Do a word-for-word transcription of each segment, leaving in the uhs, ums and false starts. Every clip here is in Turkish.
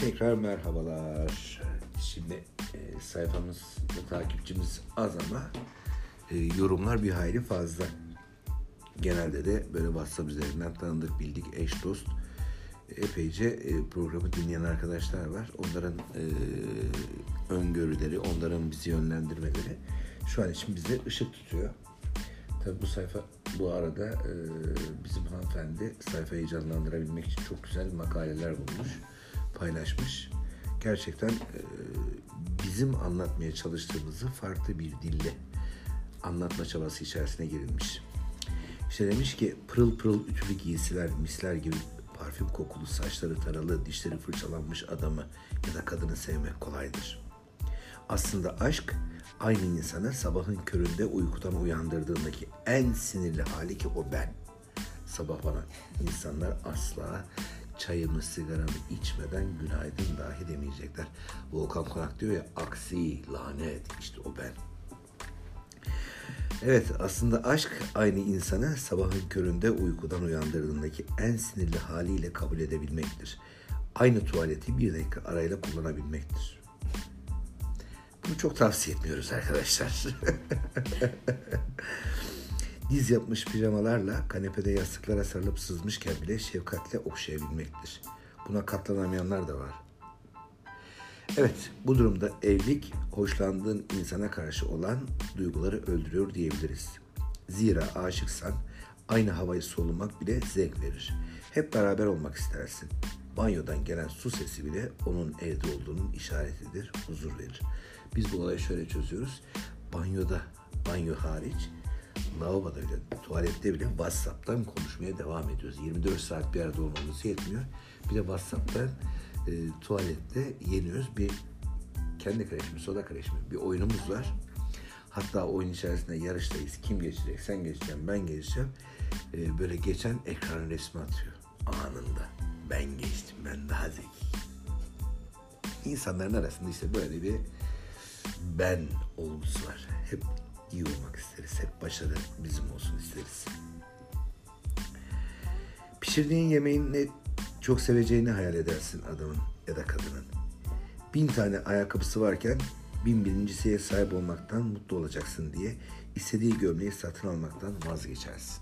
Tekrar merhabalar. Şimdi e, sayfamızda takipçimiz az ama e, yorumlar bir hayli fazla. Genelde de böyle WhatsApp üzerinden tanıdık, bildik, eş, dost epeyce e, programı dinleyen arkadaşlar var. Onların e, öngörüleri, onların bizi yönlendirmeleri şu an için bize ışık tutuyor. Tabii bu sayfa bu arada e, bizim hanımefendi sayfayı canlandırabilmek için çok güzel makaleler bulmuş, paylaşmış. Gerçekten e, bizim anlatmaya çalıştığımızı farklı bir dille anlatma çabası içerisine girilmiş. İşte demiş ki pırıl pırıl ütülü giysiler, misler gibi parfüm kokulu, saçları taralı, dişleri fırçalanmış adamı ya da kadını sevmek kolaydır. Aslında aşk aynı insanı sabahın köründe uykudan uyandırdığındaki en sinirli hali ki o ben. Sabah bana insanlar asla çayımı, sigaramı içmeden günaydın dahi demeyecekler. Volkan Konak diyor ya, aksi, lanet, işte o ben. Evet, aslında aşk aynı insanı sabahın köründe uykudan uyandırdığındaki en sinirli haliyle kabul edebilmektir. Aynı tuvaleti bir dakika arayla kullanabilmektir. Bunu çok tavsiye etmiyoruz arkadaşlar. Diz yapmış pijamalarla kanepede yastıklara sarılıp sızmışken bile şefkatle okşayabilmektir. Buna katlanamayanlar da var. Evet, bu durumda evlilik hoşlandığın insana karşı olan duyguları öldürüyor diyebiliriz. Zira aşıksan aynı havayı solumak bile zevk verir. Hep beraber olmak istersin. Banyodan gelen su sesi bile onun evde olduğunun işaretidir, huzur verir. Biz bu olayı şöyle çözüyoruz. Banyoda, banyo hariç, lavaboda bile, tuvalette bile WhatsApp'tan konuşmaya devam ediyoruz. yirmi dört saat bir arada olmamız yetmiyor. Bir de WhatsApp'tan e, tuvalette yeniyoruz. Bir kendi kreşimi, soda kreşimi bir oyunumuz var. Hatta oyun içerisinde yarıştayız. Kim geçecek? Sen geçeceksin, ben geçeceğim. E, böyle geçen ekran resmi atıyor. Anında. Ben geçtim, ben daha zeki. İnsanların arasında işte böyle bir ben olgusu var. Hep iyi olmak isteriz. Hep başarı bizim olsun isteriz. Pişirdiğin yemeğin ne çok seveceğini hayal edersin adamın ya da kadının. Bin tane ayakkabısı varken bin birincisiye sahip olmaktan mutlu olacaksın diye istediği gömleği satın almaktan vazgeçersin.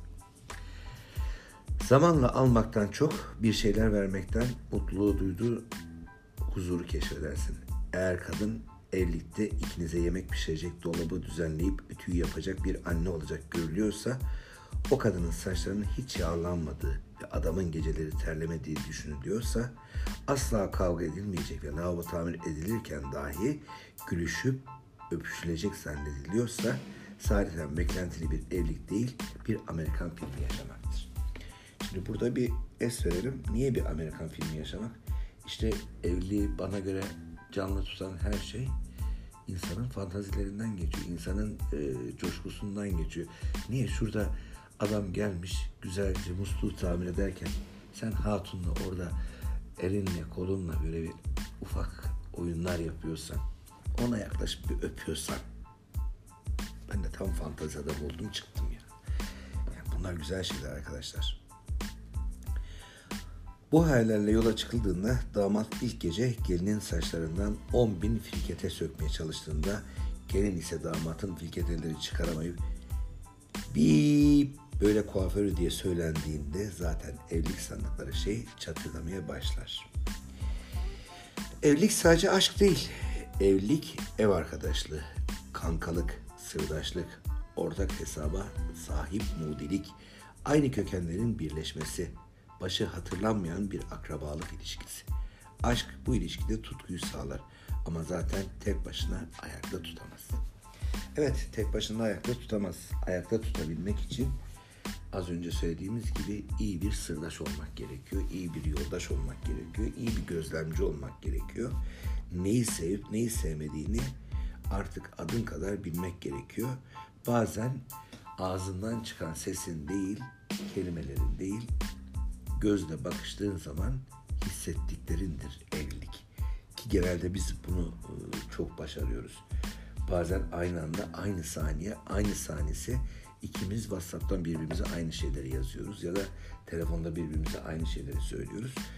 Zamanla almaktan çok bir şeyler vermekten mutluluğu duyduğu huzuru keşfedersin. Eğer kadın evlilikte ikinize yemek pişirecek, dolabı düzenleyip ütüyü yapacak bir anne olacak görülüyorsa, o kadının saçlarının hiç yağlanmadığı ve adamın geceleri terlemediği düşünülüyorsa, asla kavga edilmeyecek ve lavabo tamir edilirken dahi gülüşüp öpüşülecek zannediliyorsa, sadece beklentili bir evlilik değil, bir Amerikan filmi yaşamaktır. Şimdi burada bir es verelim. Niye bir Amerikan filmi yaşamak? İşte evliliği bana göre canlı tutan her şey insanın fantazilerinden geçiyor. İnsanın e, coşkusundan geçiyor. Niye? Şurada adam gelmiş güzelce musluğu tamir ederken sen hatunla orada elinle kolunla böyle bir ufak oyunlar yapıyorsan, ona yaklaşıp bir öpüyorsan, ben de tam fantazi adam oldum çıktım ya. Yani bunlar güzel şeyler arkadaşlar. Bu hayallerle yola çıkıldığında damat ilk gece gelinin saçlarından on bin filkete sökmeye çalıştığında, gelin ise damatın filketeleri çıkaramayıp bip böyle kuaförü diye söylendiğinde zaten evlilik sandıkları şey çatırdamaya başlar. Evlilik sadece aşk değil. Evlilik ev arkadaşlığı, kankalık, sırdaşlık, ortak hesaba sahip mudilik, aynı kökenlerin birleşmesi, başı hatırlanmayan bir akrabalık ilişkisi. Aşk bu ilişkide tutkuyu sağlar ama zaten tek başına ayakta tutamaz. Evet, tek başına ayakta tutamaz. Ayakta tutabilmek için az önce söylediğimiz gibi iyi bir sırdaş olmak gerekiyor, iyi bir yoldaş olmak gerekiyor, iyi bir gözlemci olmak gerekiyor. Neyi sevip neyi sevmediğini artık adın kadar bilmek gerekiyor. Bazen ağzından çıkan sesin değil, kelimelerin değil, gözle bakıştığın zaman hissettiklerindir evlilik. Ki genelde biz bunu çok başarıyoruz. Bazen aynı anda, aynı saniye, aynı saniyesi ikimiz WhatsApp'tan birbirimize aynı şeyleri yazıyoruz ya da telefonda birbirimize aynı şeyleri söylüyoruz.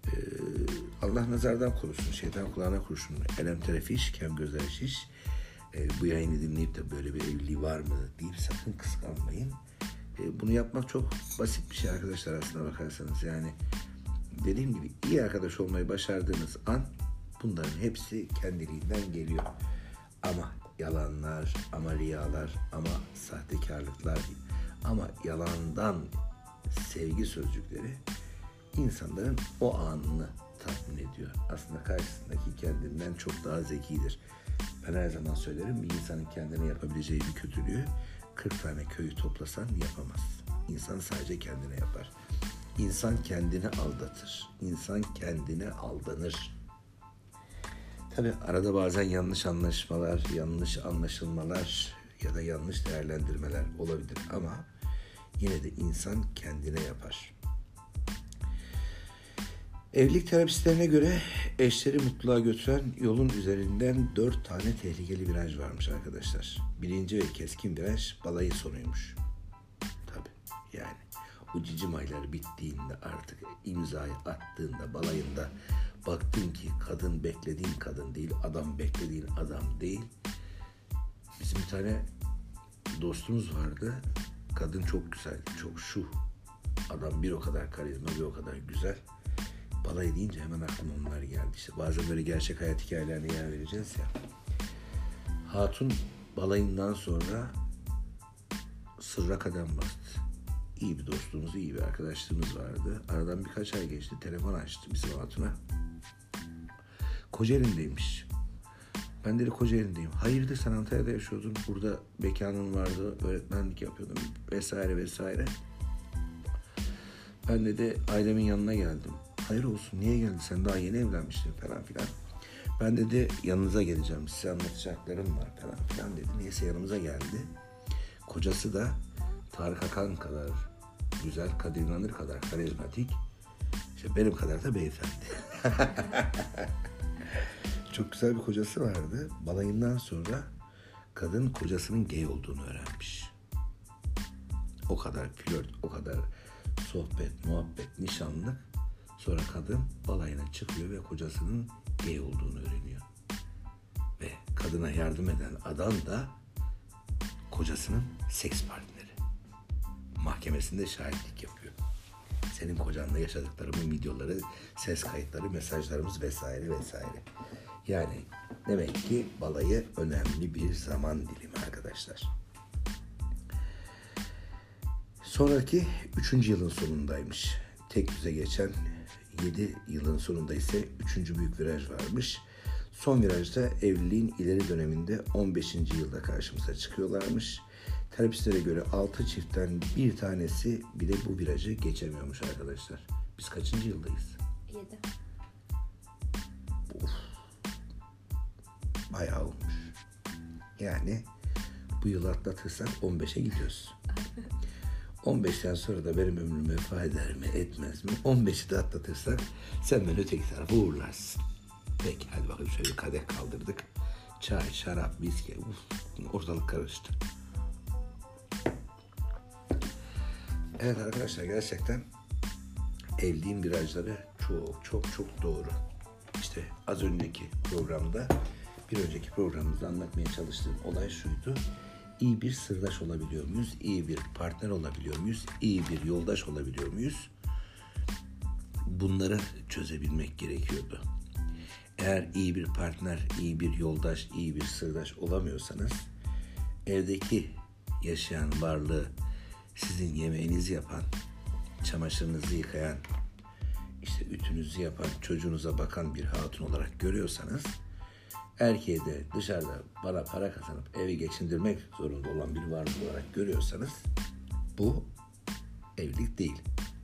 Ee, Allah nazardan korusun, şeytan kulağına kurşun. Elem terefiş, kem gözler şiş. Ee, bu yayını dinleyip de böyle bir evliliği var mı deyip sakın kıskanmayın. Ee, bunu yapmak çok basit bir şey arkadaşlar aslına bakarsanız. Yani dediğim gibi iyi arkadaş olmayı başardığınız an bunların hepsi kendiliğinden geliyor. Ama yalanlar, ama riyalar, ama sahtekarlıklar, ama yalandan sevgi sözcükleri insanların o anını tatmin ediyor. Aslında karşısındaki kendinden çok daha zekidir. Ben her zaman söylerim, bir insanın kendine yapabileceği bir kötülüğü kırk tane köyü toplasan yapamaz. İnsan sadece kendine yapar. İnsan kendini aldatır. İnsan kendine aldanır. Tabii arada bazen yanlış anlaşmalar, yanlış anlaşılmalar ya da yanlış değerlendirmeler olabilir ama yine de insan kendine yapar. Evlilik terapistlerine göre eşleri mutluluğa götüren yolun üzerinden dört tane tehlikeli viraj varmış arkadaşlar. Birinci ve keskin viraj balayı sonuymuş. Tabii yani o cicim aylar bittiğinde artık imzayı attığında balayında baktın ki kadın beklediğin kadın değil, adam beklediğin adam değil. Bizim bir tane dostumuz vardı. Kadın çok güzel, çok şu. Adam bir o kadar karizma, bir o kadar güzel. Balayı deyince hemen aklıma onlar geldi. İşte bazen böyle gerçek hayat hikayelerine yer vereceğiz ya. Hatun balayından sonra sırra kadem bastı. İyi bir dostluğumuz, iyi bir arkadaşlığımız vardı. Aradan birkaç ay geçti. Telefon açtı bizim hatuna. Kocaeli'ndeymiş. Ben dedi Kocaeli'ndeyim. Hayırdır sen Antalya'da yaşıyordun. Burada mekanın vardı. Öğretmenlik yapıyordum vesaire vesaire. Ben dedi ailemin yanına geldim. Hayır olsun niye geldin? Sen daha yeni evlenmiştin falan filan. Ben dedi yanınıza geleceğim. Size anlatacaklarım var falan filan dedi. Neyse yanımıza geldi. Kocası da Tarık Akan kadar güzel, Kadir İnanır kadar karizmatik. İşte benim kadar da beyefendi. Çok güzel bir kocası vardı. Balayından sonra kadın kocasının gay olduğunu öğrenmiş. O kadar flört, o kadar sohbet, muhabbet, nişanlık. Sonra kadın balayına çıkıyor ve kocasının gay olduğunu öğreniyor. Ve kadına yardım eden adam da kocasının seks partneri. Mahkemesinde şahitlik yapıyor. Senin kocanla yaşadıklarımın videoları, ses kayıtları, mesajlarımız vesaire vesaire. Yani demek ki balayı önemli bir zaman dilimi arkadaşlar. Sonraki üçüncü yılın sonundaymış. Tek düze geçen yedi yılın sonunda ise üçüncü büyük viraj varmış. Son virajda evliliğin ileri döneminde on beşinci yılda karşımıza çıkıyorlarmış. Terapistlere göre altı çiftten bir tanesi bile bu virajı geçemiyormuş arkadaşlar. Biz kaçıncı yıldayız? yedi. Of. Bayağı olmuş. Yani bu yıl atlatırsak on beşe gidiyoruz. on beşten sonra da benim ömrüm vefa eder mi etmez mi? on beşi de atlatırsak sen beni öteki tarafa uğurlarsın. Peki hadi bakalım şöyle kadeh kaldırdık. Çay, şarap, viski, uf, ortalık karıştı. Evet arkadaşlar gerçekten evliliğin virajları çok çok çok doğru. İşte az önceki programda, bir önceki programımızda anlatmaya çalıştığım olay şuydu. İyi bir sırdaş olabiliyor muyuz? İyi bir partner olabiliyor muyuz? İyi bir yoldaş olabiliyor muyuz? Bunları çözebilmek gerekiyordu. Eğer iyi bir partner, iyi bir yoldaş, iyi bir sırdaş olamıyorsanız evdeki yaşayan varlığı sizin yemeğinizi yapan, çamaşırınızı yıkayan, işte ütünüzü yapan, çocuğunuza bakan bir hatun olarak görüyorsanız, erkeği de dışarıda bana para kazanıp evi geçindirmek zorunda olan bir varlık olarak görüyorsanız, bu evlilik değil.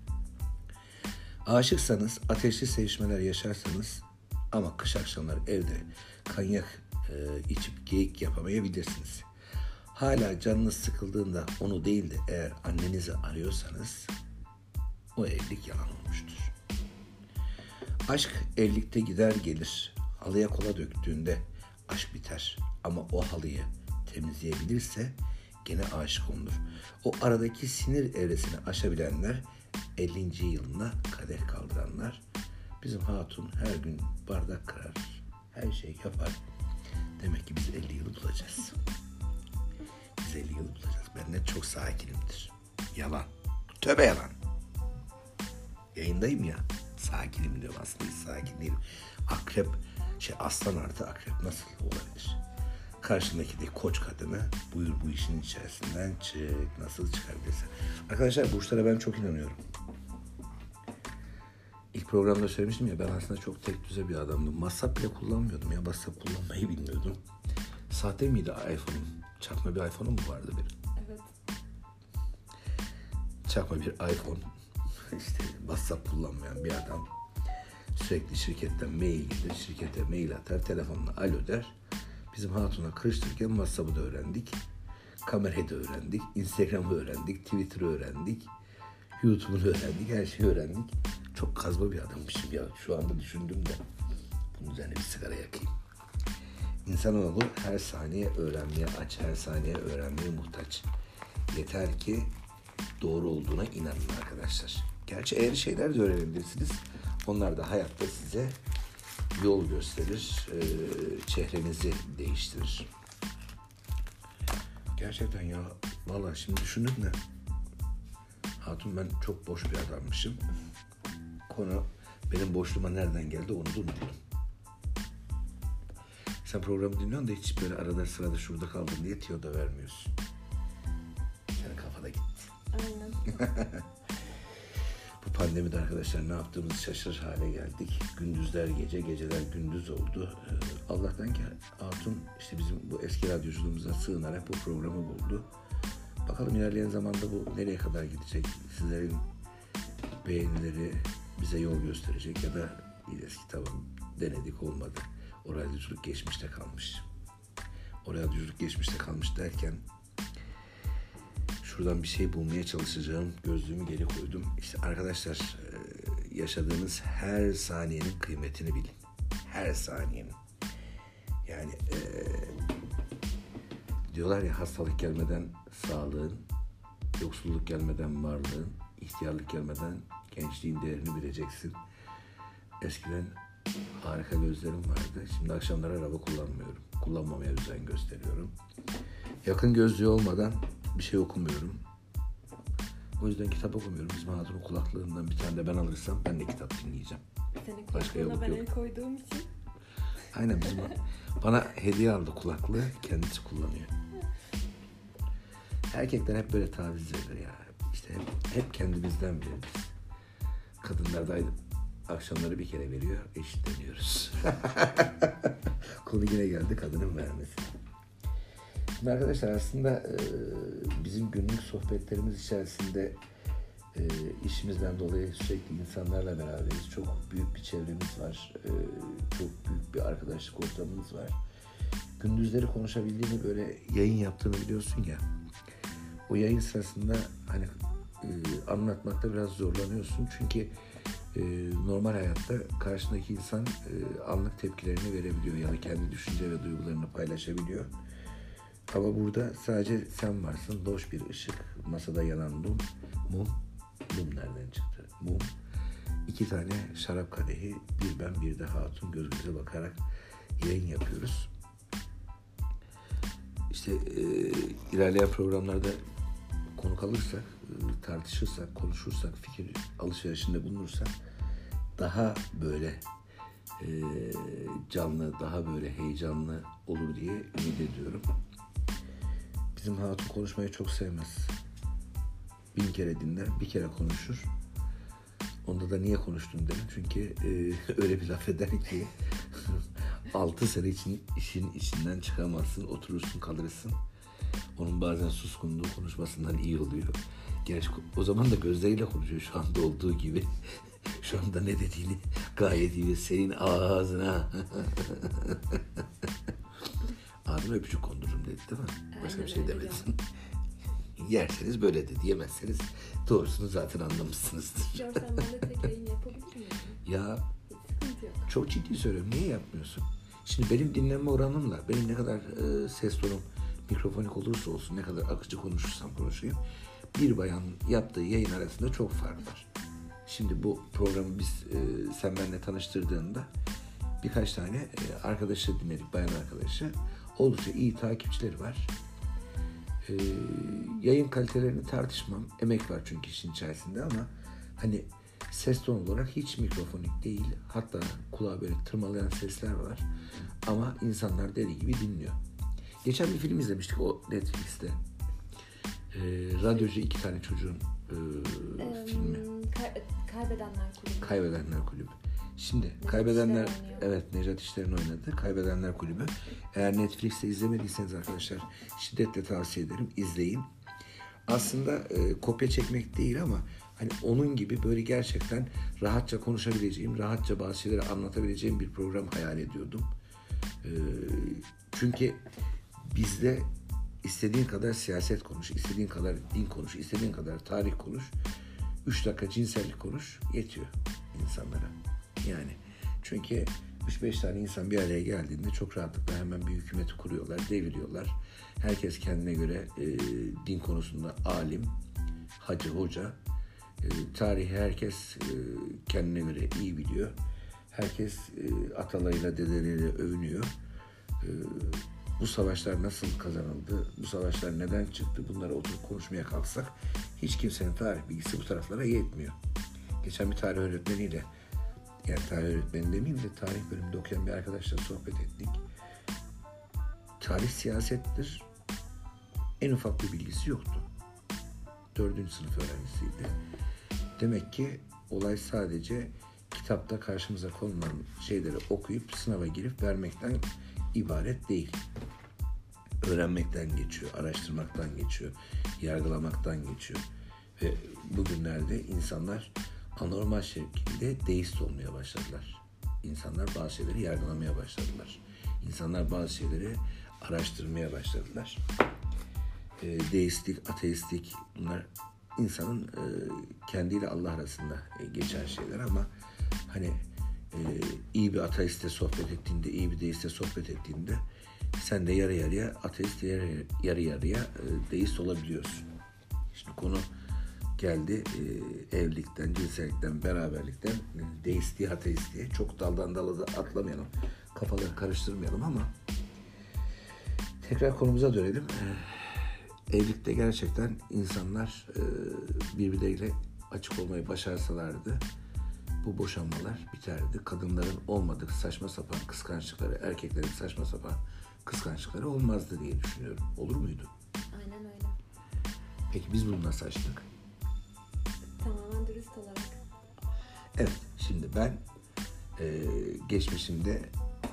Aşıksanız, ateşli sevişmeler yaşarsanız ama kış akşamları evde kanyak e, içip geyik yapamayabilirsiniz. Hala canınız sıkıldığında onu değil de eğer annenizi arıyorsanız o evlilik yalan olmuştur. Aşk evlilikte gider gelir. Halıya kola döktüğünde aşk biter. Ama o halıyı temizleyebilirse gene aşık olunur. O aradaki sinir evresini aşabilenler ellinci yılına kadeh kaldıranlar Bizim hatun her gün bardak kırar, her şey yapar. Demek ki biz elli yılı bulacağız. Biz elli yılı bulacağız. Ben de çok sakinimdir. Yalan. Tövbe yalan. Yayındayım ya. Sakinim diyorum, aslında hiç sakin değilim. Akrep, şey aslan artı akrep nasıl olabilir? Karşındaki de koç kadını, buyur bu işin içerisinden çık, nasıl çıkabilirsin? Arkadaşlar burçlara ben çok inanıyorum. İlk programda söylemiştim ya, ben aslında çok tek düze bir adamdım. WhatsApp bile kullanmıyordum ya, WhatsApp kullanmayı bilmiyordum. Sahte miydi iPhone'um? Çakma bir iPhone'um mu vardı benim? Evet. Çakma bir iPhone. İşte WhatsApp kullanmayan bir adam. Sürekli şirketten mail gelir, şirkete mail atar, telefonla alo der. Bizim hatuna kırıştırırken WhatsApp'ı da öğrendik. Kamerayı da öğrendik. Instagram'ı öğrendik. Twitter'ı öğrendik. YouTube'u öğrendik. Her şeyi öğrendik. Çok kazma bir adammışım ya. Şu anda düşündüm de. Bunun üzerine bir sigara yakayım. İnsanoğlu her saniye öğrenmeye aç. Her saniye öğrenmeye muhtaç. Yeter ki doğru olduğuna inanın arkadaşlar. Gerçi eğer şeyler de öğrenebilirsiniz. Onlar da hayatta size yol gösterir, e, çehrenizi değiştirir. Gerçekten ya, vallahi şimdi düşündüm de, hatun ben çok boş bir adammışım. Konu benim boşluğuma nereden geldi onu da unuttum. Sen programı dinliyorsun da hiç böyle arada sırada şurada kaldın diye tiyo da vermiyorsun. Senin kafada gitti. Aynen. Bu pandemide arkadaşlar ne yaptığımızı şaşırır hale geldik. Gündüzler gece, geceler gündüz oldu. Ee, Allah'tan ki hatun işte bizim bu eski radyoculuğumuza sığınarak bu programı buldu. Bakalım ilerleyen zamanda bu nereye kadar gidecek? Sizlerin beğenileri bize yol gösterecek ya da eski tamam denedik olmadı. O radyoculuk geçmişte kalmış. O radyoculuk geçmişte kalmış derken şuradan bir şey bulmaya çalışacağım. Gözlüğümü geri koydum. İşte arkadaşlar yaşadığınız her saniyenin kıymetini bilin. Her saniyenin. Yani e, diyorlar ya, hastalık gelmeden sağlığın, yoksulluk gelmeden varlığın, ihtiyarlık gelmeden gençliğin değerini bileceksin. Eskiden harika gözlerim vardı. Şimdi akşamları araba kullanmıyorum. Kullanmamaya özen gösteriyorum. Yakın gözlüğü olmadan bir şey okumuyorum. O yüzden kitap okumuyorum. Bizim hatunun kulaklığından bir tane de ben alırsam ben de kitap dinleyeceğim. Senin Başka kulaklığına ben yok. el koyduğum için. Aynen, bizim bana hediye aldı kulaklığı. Kendisi kullanıyor. Erkekler hep böyle taviz verir ya. İşte hep, hep kendimizden veririz. Kadınlar da akşamları bir kere veriyor. Eşitleniyoruz. Konu yine geldi kadının vermesi. Şimdi arkadaşlar aslında e, bizim günlük sohbetlerimiz içerisinde e, işimizden dolayı sürekli insanlarla beraberiz. Çok büyük bir çevremiz var. E, çok büyük bir arkadaşlık ortamımız var. Gündüzleri konuşabildiğini, böyle yayın yaptığını biliyorsun ya. O yayın sırasında hani e, anlatmakta biraz zorlanıyorsun. Çünkü e, normal hayatta karşındaki insan e, anlık tepkilerini verebiliyor ya da kendi düşünce ve duygularını paylaşabiliyor. Ama burada sadece sen varsın. Loş bir ışık. Masada yanan mum. Mum. Mum nereden çıktı? Mum. İki tane şarap kadehi. Bir ben bir de hatun göz göze bakarak yayın yapıyoruz. İşte e, ilerleyen programlarda konu alırsak, e, tartışırsak, konuşursak, fikir alışverişinde bulunursak daha böyle e, canlı, daha böyle heyecanlı olur diye ümit ediyorum. Bizim hatun konuşmayı çok sevmez. Bin kere dinler, bir kere konuşur. Onda da niye konuştun derim. Çünkü e, öyle bir laf eder ki altı sene için işin içinden çıkamazsın, oturursun kalırsın. Onun bazen suskunluğu konuşmasından iyi oluyor. Gerçi o zaman da gözleriyle konuşuyor şu anda olduğu gibi. Şu anda ne dediğini gayet iyi. Senin ağzına. Ağzına öpücük kondururum dedi değil mi? Başka Aynen, bir şey öyle. demedin. Yerseniz böyle dedi. Yemezseniz doğrusunu zaten anlamışsınızdır. İstersen ben de tek yayın yapabilir miyim? Ya Hiç sıkıntı yok. çok ciddi söylüyorum. Niye yapmıyorsun? Şimdi benim dinlenme oranımla, benim ne kadar e, ses tonum mikrofonik olursa olsun, ne kadar akıcı konuşursam konuşayım, bir bayanın yaptığı yayın arasında çok fark var. Şimdi bu programı biz e, sen benimle tanıştırdığında birkaç tane e, arkadaşı dinledik, bayan arkadaşı. Oldukça iyi takipçileri var. E, yayın kalitelerini tartışmam. Emek var çünkü işin içerisinde ama hani ses ton olarak hiç mikrofonik değil. Hatta kulağa böyle tırmalayan sesler var. Ama insanlar deli gibi dinliyor. Geçen bir film izlemiştik o Netflix'te. E, radyocu iki tane çocuğun e, Ee, filmi. Kay- Kaybedenler Kulübü. Kaybedenler Kulübü. Şimdi Nejat Kaybedenler, İşler oynuyor. evet, Nejat İşler'in oynadığı Kaybedenler Kulübü. Eğer Netflix'te izlemediyseniz arkadaşlar şiddetle tavsiye ederim, izleyin. Aslında e, kopya çekmek değil ama hani onun gibi böyle gerçekten rahatça konuşabileceğim, rahatça bazı şeyleri anlatabileceğim bir program hayal ediyordum. E, çünkü bizde istediğin kadar siyaset konuş, istediğin kadar din konuş, istediğin kadar tarih konuş. Üç dakika cinsellik konuş, yetiyor insanlara. Yani çünkü üç beş tane insan bir araya geldiğinde çok rahatlıkla hemen bir hükümeti kuruyorlar, deviriyorlar. Herkes kendine göre e, din konusunda alim, hacı, hoca. E, tarihi herkes e, kendine göre iyi biliyor. Herkes e, atalarıyla, dedeleriyle övünüyor. E, bu savaşlar nasıl kazanıldı, bu savaşlar neden çıktı, bunları oturup konuşmaya kalksak hiç kimsenin tarih bilgisi bu taraflara yetmiyor. Geçen bir tarih öğretmeniyle, yani tarih öğretmeni demeyeyim de tarih bölümünde okuyan bir arkadaşla sohbet ettik. Tarih siyasettir. En ufak bir bilgisi yoktu. Dördüncü sınıf öğrencisiydi. Demek ki olay sadece kitapta karşımıza konulan şeyleri okuyup sınava girip vermekten ibaret değil. Öğrenmekten geçiyor, araştırmaktan geçiyor, yargılamaktan geçiyor. Ve bugünlerde insanlar anormal şekilde deist olmaya başladılar. İnsanlar bazı şeyleri yargılamaya başladılar. İnsanlar bazı şeyleri araştırmaya başladılar. E, deistlik, ateistlik, bunlar insanın e, kendiyle Allah arasında e, geçen şeyler ama hani e, iyi bir ateiste sohbet ettiğinde, iyi bir deiste sohbet ettiğinde sen de yarı yarıya ateist, yarı, yarı yarıya e, deist olabiliyorsun. Şimdi konu geldi e, evlilikten, cinsellikten, beraberlikten e, deistliğe, ateistliğe. Çok daldan dala atlamayalım, kafaları karıştırmayalım ama tekrar konumuza dönelim. E, evlilikte gerçekten insanlar e, birbirleriyle açık olmayı başarsalardı bu boşanmalar biterdi. Kadınların olmadık saçma sapan kıskançlıkları, erkeklerin saçma sapan kıskançlıkları olmazdı diye düşünüyorum. Olur muydu? Aynen öyle. Peki biz bunu nasıl açtık? Tamamen dürüst olarak. Evet, şimdi ben e, geçmişimde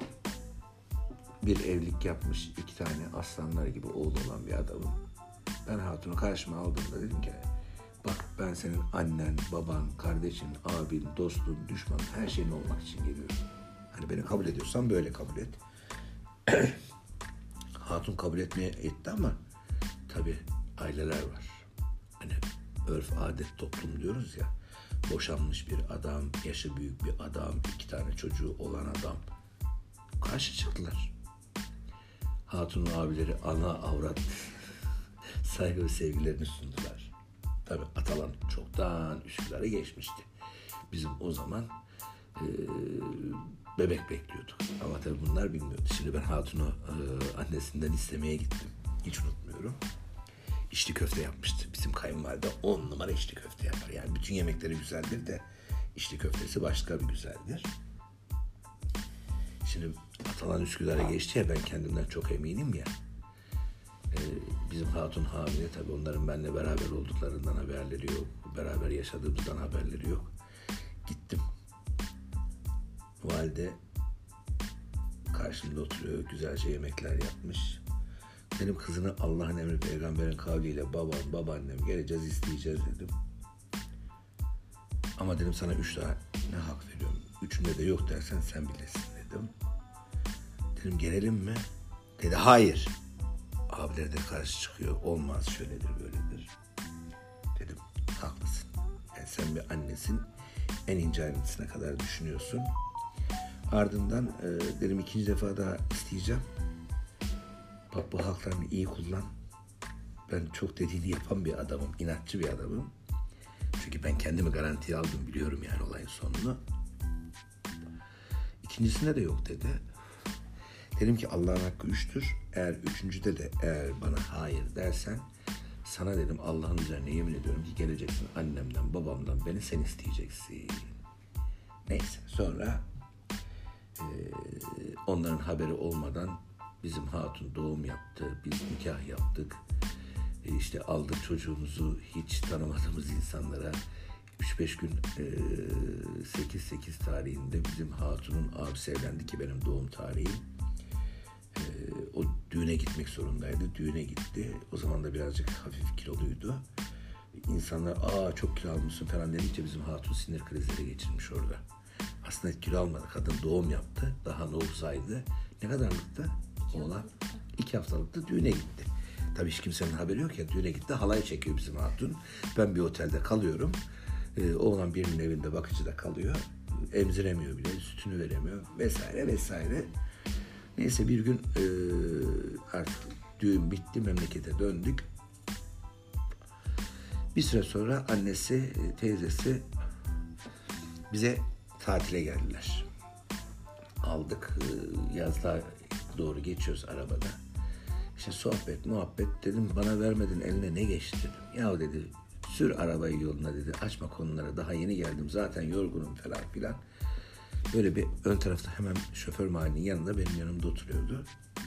bir evlilik yapmış iki tane aslanlar gibi oğlu olan bir adamım. Ben hatunu karşıma aldığımda dedim ki bak ben senin annen, baban, kardeşin, abin, dostun, düşmanın her şeyin olmak için geliyorum. Hani beni kabul ediyorsan böyle kabul et. Hatun kabul etmeye etti ama tabii aileler var. Hani örf, adet, toplum diyoruz ya. Boşanmış bir adam, yaşı büyük bir adam, iki tane çocuğu olan adam. Karşı çıktılar. Hatunun abileri ana avrat saygı ve sevgilerini sundular. Tabii Atalan çoktan Üsküdar'a geçmişti. Bizim o zaman e, bebek bekliyorduk. Ama tabii bunlar bilmiyordu. Şimdi ben Hatun'u e, annesinden istemeye gittim. Hiç unutmuyorum. İçli köfte yapmıştı. Bizim kayınvalide on numara içli köfte yapar. Yani bütün yemekleri güzeldir de içli köftesi başka bir güzeldir. Şimdi Atalan Üsküdar'a geçti ya, ben kendimden çok eminim ya. Ee, bizim hatun hamile, tabii onların benimle beraber olduklarından haberleri yok. Beraber yaşadığımızdan haberleri yok. Gittim. Valide karşımda oturuyor. Güzelce yemekler yapmış. Benim kızını Allah'ın emri peygamberin kavliyle babam, babaannem geleceğiz isteyeceğiz dedim. Ama dedim sana üç tane ne hak veriyorum. Üçünde de yok dersen sen bilesin dedim. Dedim gelelim mi? Dedi hayır. Abileri de karşı çıkıyor. Olmaz, şöyledir böyledir. Dedim haklısın. Yani sen bir annesin. En ince ayrıntısına kadar düşünüyorsun. Ardından e, dedim ikinci defa daha isteyeceğim. Bak bu haklarını iyi kullan. Ben çok dediğini yapan bir adamım. İnatçı bir adamım. Çünkü ben kendimi garantiye aldım, biliyorum yani olayın sonunu. İkincisinde de yok dedi. Dedim ki Allah'ın hakkı üçtür. Eğer üçüncüde de eğer bana hayır dersen, sana dedim Allah'ın üzerine yemin ediyorum ki geleceksin annemden babamdan beni sen isteyeceksin. Neyse sonra e, onların haberi olmadan bizim hatun doğum yaptı. Biz nikah yaptık. E, işte aldık çocuğumuzu hiç tanımadığımız insanlara. üç beş gün e, sekiz sekiz tarihinde bizim hatunun abisi evlendi ki benim doğum tarihim. E, o düğüne gitmek zorundaydı. Düğüne gitti. O zaman da birazcık hafif kiloluydu. İnsanlar aa çok kilo almışsın falan dedikçe bizim hatun sinir krizleri geçirmiş orada. Aslında kilo almadı. Kadın doğum yaptı. Daha nabzaydı. Ne kadarlıktı? Oğlan iki haftalıkta düğüne gitti. Tabii hiç kimsenin haberi yok ya, düğüne gitti. Halay çekiyor bizim hatun. Ben bir otelde kalıyorum. Ee, oğlan birinin evinde bakıcıda kalıyor. Emziremiyor bile, sütünü veremiyor vesaire vesaire. Neyse bir gün e, artık düğün bitti, memlekete döndük. Bir süre sonra annesi, teyzesi bize tatile geldiler. Aldık, yazlığa doğru geçiyoruz arabada. İşte sohbet, muhabbet, dedim bana vermedin eline ne geçti dedim. Ya dedi sür arabayı yoluna dedi, açma konuları, daha yeni geldim zaten yorgunum falan filan. Böyle bir ön tarafta hemen şoför mahallinin yanında benim yanımda oturuyordu.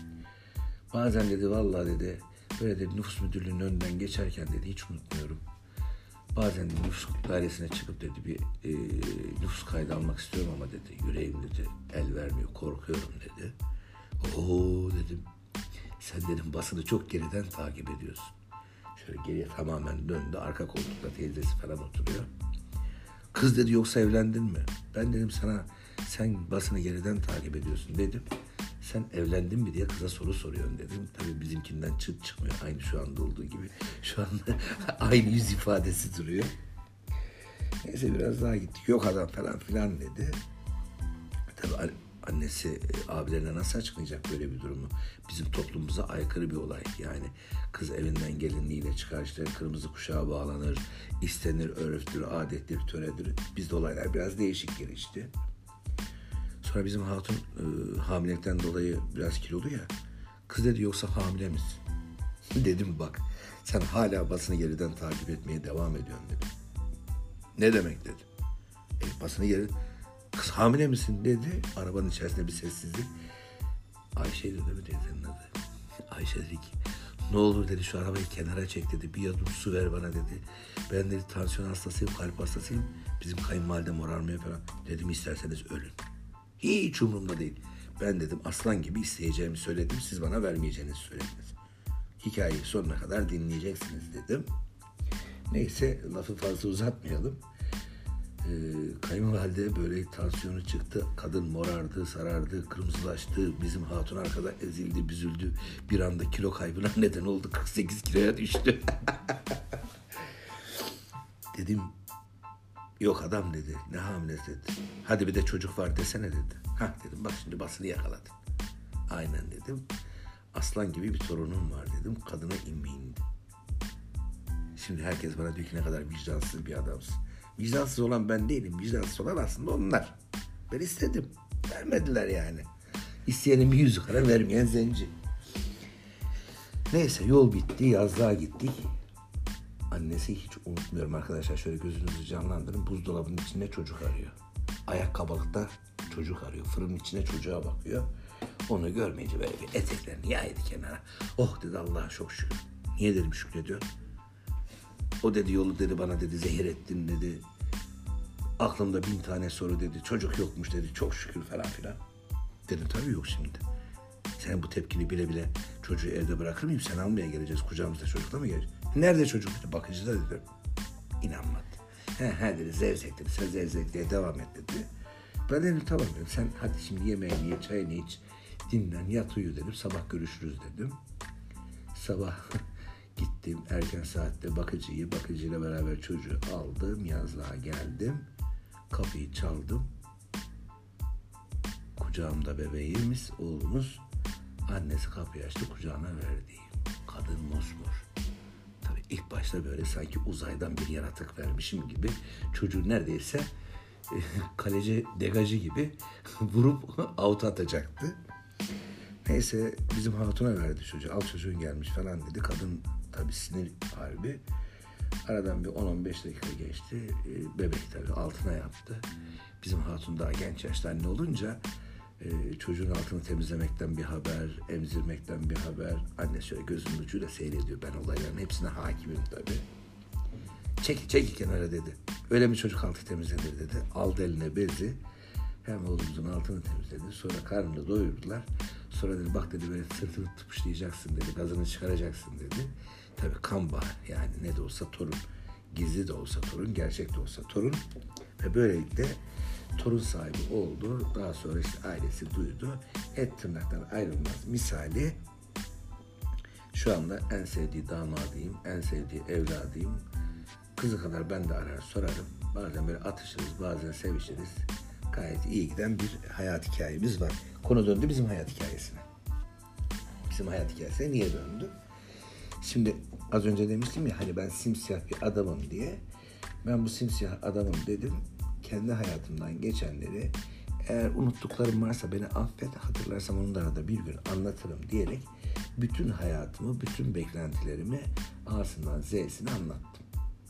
Bazen dedi vallahi dedi böyle dedi nüfus müdürlüğünün önünden geçerken dedi hiç unutmuyorum. Bazen dedi, nüfus dairesine çıkıp dedi bir e, nüfus kaydı almak istiyorum ama dedi yüreğim dedi el vermiyor, korkuyorum dedi. Oo dedim. Sen dedim basını çok geriden takip ediyorsun. Şöyle geriye tamamen döndü. Arka koltukta teyzesi falan oturuyor. Kız dedi yoksa evlendin mi? Ben dedim sana sen basını geriden takip ediyorsun dedim. Sen evlendin mi diye kıza soru soruyorsun dedim. Tabii bizimkinden çıt çıkmıyor. Aynı şu anda olduğu gibi. Şu anda aynı yüz ifadesi duruyor. Neyse biraz daha gittik. Yok adam falan filan dedi. Tabii annesi abilerine nasıl açıklayacak böyle bir durumu? Bizim toplumumuza aykırı bir olay. Yani kız evinden gelinliğiyle çıkar, işte kırmızı kuşağa bağlanır, istenir, örftür, adettir, töredir. Bizde olaylar biraz değişik gelişti. Sonra bizim hatun e, hamilelikten dolayı biraz kilolu ya. Kız dedi yoksa hamile misin? Dedim bak sen hala basını geriden takip etmeye devam ediyorsun dedim. Ne demek dedim. E, basını geri... Kız hamile misin dedi. Arabanın içerisinde bir sessizlik. Ayşe dedi mi teyzenin adı. Ayşe dedi ki ne olur dedi şu arabayı kenara çek dedi. Bir yudum su ver bana dedi. Ben dedi tansiyon hastasıyım, kalp hastasıyım. Bizim kayınvalide morarmıyor falan. Dedim isterseniz ölün. Hiç umurumda değil. Ben dedim aslan gibi isteyeceğimi söyledim. Siz bana vermeyeceğinizi söylediniz. Hikayeyi sonuna kadar dinleyeceksiniz dedim. Neyse lafı fazla uzatmayalım. Ee, kayınvalide böyle tansiyonu çıktı. Kadın morardı, sarardı, kırmızılaştı. Bizim hatun arkada ezildi, büzüldü. Bir anda kilo kaybına neden oldu. kırk sekiz kiloya düştü. Dedim yok adam dedi. Ne hamilesi dedi. Hadi bir de çocuk var desene dedi. Hah dedim bak şimdi basını yakaladın. Aynen dedim. Aslan gibi bir torunum var dedim. Kadına inme indi. Şimdi herkes bana diyor ki ne kadar vicdansız bir adamsın. Vicdansız olan ben değilim. Vicdansız olan aslında onlar. Ben istedim. Vermediler yani. İsteyenin bir yüzü kara, vermeyen zenci. Neyse yol bitti. Yazlığa gittik. Annesi hiç unutmuyorum arkadaşlar. Şöyle gözünüzü canlandırın. Buzdolabının içinde çocuk arıyor. Ayakkabılıkta çocuk arıyor. Fırının içine çocuğa bakıyor. Onu görmeyince böyle bir eteklerini yaydı kenara. Oh dedi Allah'a çok şükür. Niye dedim şükrediyor. O dedi yolu dedi bana dedi zehir ettin dedi. Aklımda bin tane soru dedi. Çocuk yokmuş dedi. Çok şükür falan filan. Dedim tabii yok şimdi. Sen bu tepkini bile bile çocuğu evde bırakır mıyım? Sen almaya geleceğiz. Kucağımızda çocukla mı geleceğiz? Nerede çocuk? Bakıcıda dedim. İnanmadı. He he dedi zevzek dedi. Sen zevzekliğe devam et dedi. Ben dedim tamam dedim. Sen hadi şimdi yemeğini ye, çayını iç. Dinlen, yat uyu dedim. Sabah görüşürüz dedim. Sabah gittim erken saatte bakıcıyı, bakıcıyla beraber çocuğu aldım. Yazlığa geldim. Kapıyı çaldım. Kucağımda bebeğimiz, oğlumuz. Annesi kapıyı açtı, kucağına verdi. Kadın mosmor. Tabii İlk başta böyle sanki uzaydan bir yaratık vermişim gibi çocuğu neredeyse e, kaleci degajı gibi vurup out atacaktı. Neyse bizim hatuna verdi çocuğu. Al çocuğun gelmiş falan dedi. Kadın tabii sinir harbi. Aradan bir on on beş dakika geçti. E, bebek tabii altına yaptı. Bizim hatun daha genç yaşta anne olunca e, çocuğun altını temizlemekten bir haber, emzirmekten bir haber. Anne şöyle gözünün ucuyla seyrediyor. Ben olayların hepsine hakimim tabii. Çekil, çekil kenara dedi. Öyle mi çocuk altı temizlenir dedi. Aldı eline bezi. Hem oğlumuzun altını temizledi. Sonra karnını doyurdular. Sonra dedi bak dedi böyle sırtını tıpışlayacaksın dedi. Gazını çıkaracaksın dedi. Tabii kan bağı yani ne de olsa torun. Gizli de olsa torun, gerçek de olsa torun. Ve böylelikle torun sahibi oldu. Daha sonra işte ailesi duydu. Et tırnaktan ayrılmaz misali. Şu anda en sevdiği damadıyım, en sevdiği evladıyım. Kızı kadar ben de arar sorarım. Bazen böyle atışırız, bazen sevişiriz. Gayet iyi giden bir hayat hikayemiz var. Konu döndü bizim hayat hikayesine. Bizim hayat hikayesine niye döndü? Şimdi az önce demiştim ya hani ben simsiyah bir adamım diye. Ben bu simsiyah adamım dedim. Kendi hayatımdan geçenleri eğer unuttuklarım varsa beni affet, hatırlarsam onlara da bir gün anlatırım diyerek bütün hayatımı, bütün beklentilerimi A'sından Z'sine anlattım.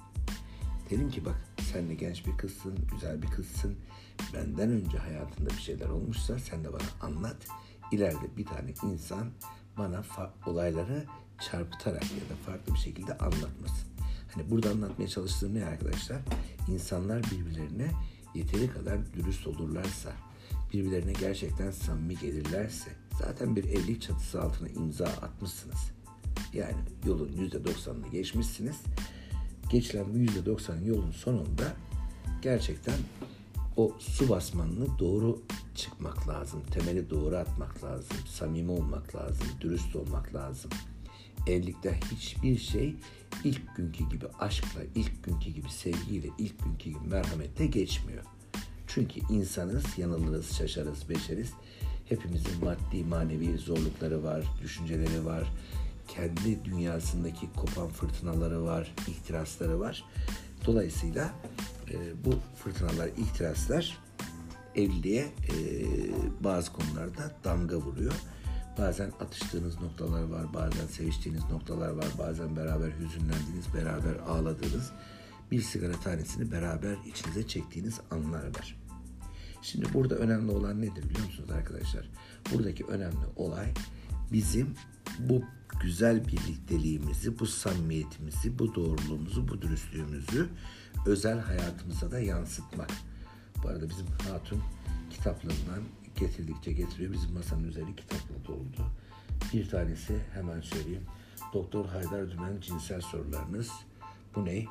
Dedim ki bak sen de genç bir kızsın, güzel bir kızsın. Benden önce hayatında bir şeyler olmuşsa sen de bana anlat. İleride bir tane insan bana fa- olayları çarpıtarak ya da farklı bir şekilde anlatmasın. Hani burada anlatmaya çalıştığım ne arkadaşlar? İnsanlar birbirlerine yeteri kadar dürüst olurlarsa, birbirlerine gerçekten samimi gelirlerse zaten bir evlilik çatısı altına imza atmışsınız. Yani yolun yüzde doksanını geçmişsiniz. Geçilen bu yüzde doksan yolun sonunda gerçekten o su basmanını doğru çıkmak lazım. Temeli doğru atmak lazım. Samimi olmak lazım. Dürüst olmak lazım. Evlilikte hiçbir şey ilk günkü gibi aşkla, ilk günkü gibi sevgiyle, ilk günkü gibi merhametle geçmiyor. Çünkü insanız, yanılırız, şaşarız, beşeriz. Hepimizin maddi, manevi zorlukları var, düşünceleri var. Kendi dünyasındaki kopan fırtınaları var, ihtirasları var. Dolayısıyla e, bu fırtınalar, ihtiraslar evliliğe e, bazı konularda damga vuruyor. Bazen atıştığınız noktalar var, bazen seviştiğiniz noktalar var, bazen beraber hüzünlendiğiniz, beraber ağladığınız, bir sigara tanesini beraber içinize çektiğiniz anlar var. Şimdi burada önemli olan nedir biliyor musunuz arkadaşlar? Buradaki önemli olay bizim bu güzel birlikteliğimizi, bu samimiyetimizi, bu doğruluğumuzu, bu dürüstlüğümüzü özel hayatımıza da yansıtmak. Bu arada bizim hatun kitaplığından getirdikçe getiriyor. Bizim masanın üzeri kitapla doldu. Bir tanesi hemen söyleyeyim. Doktor Haydar Dümen cinsel sorularınız. Bu ne?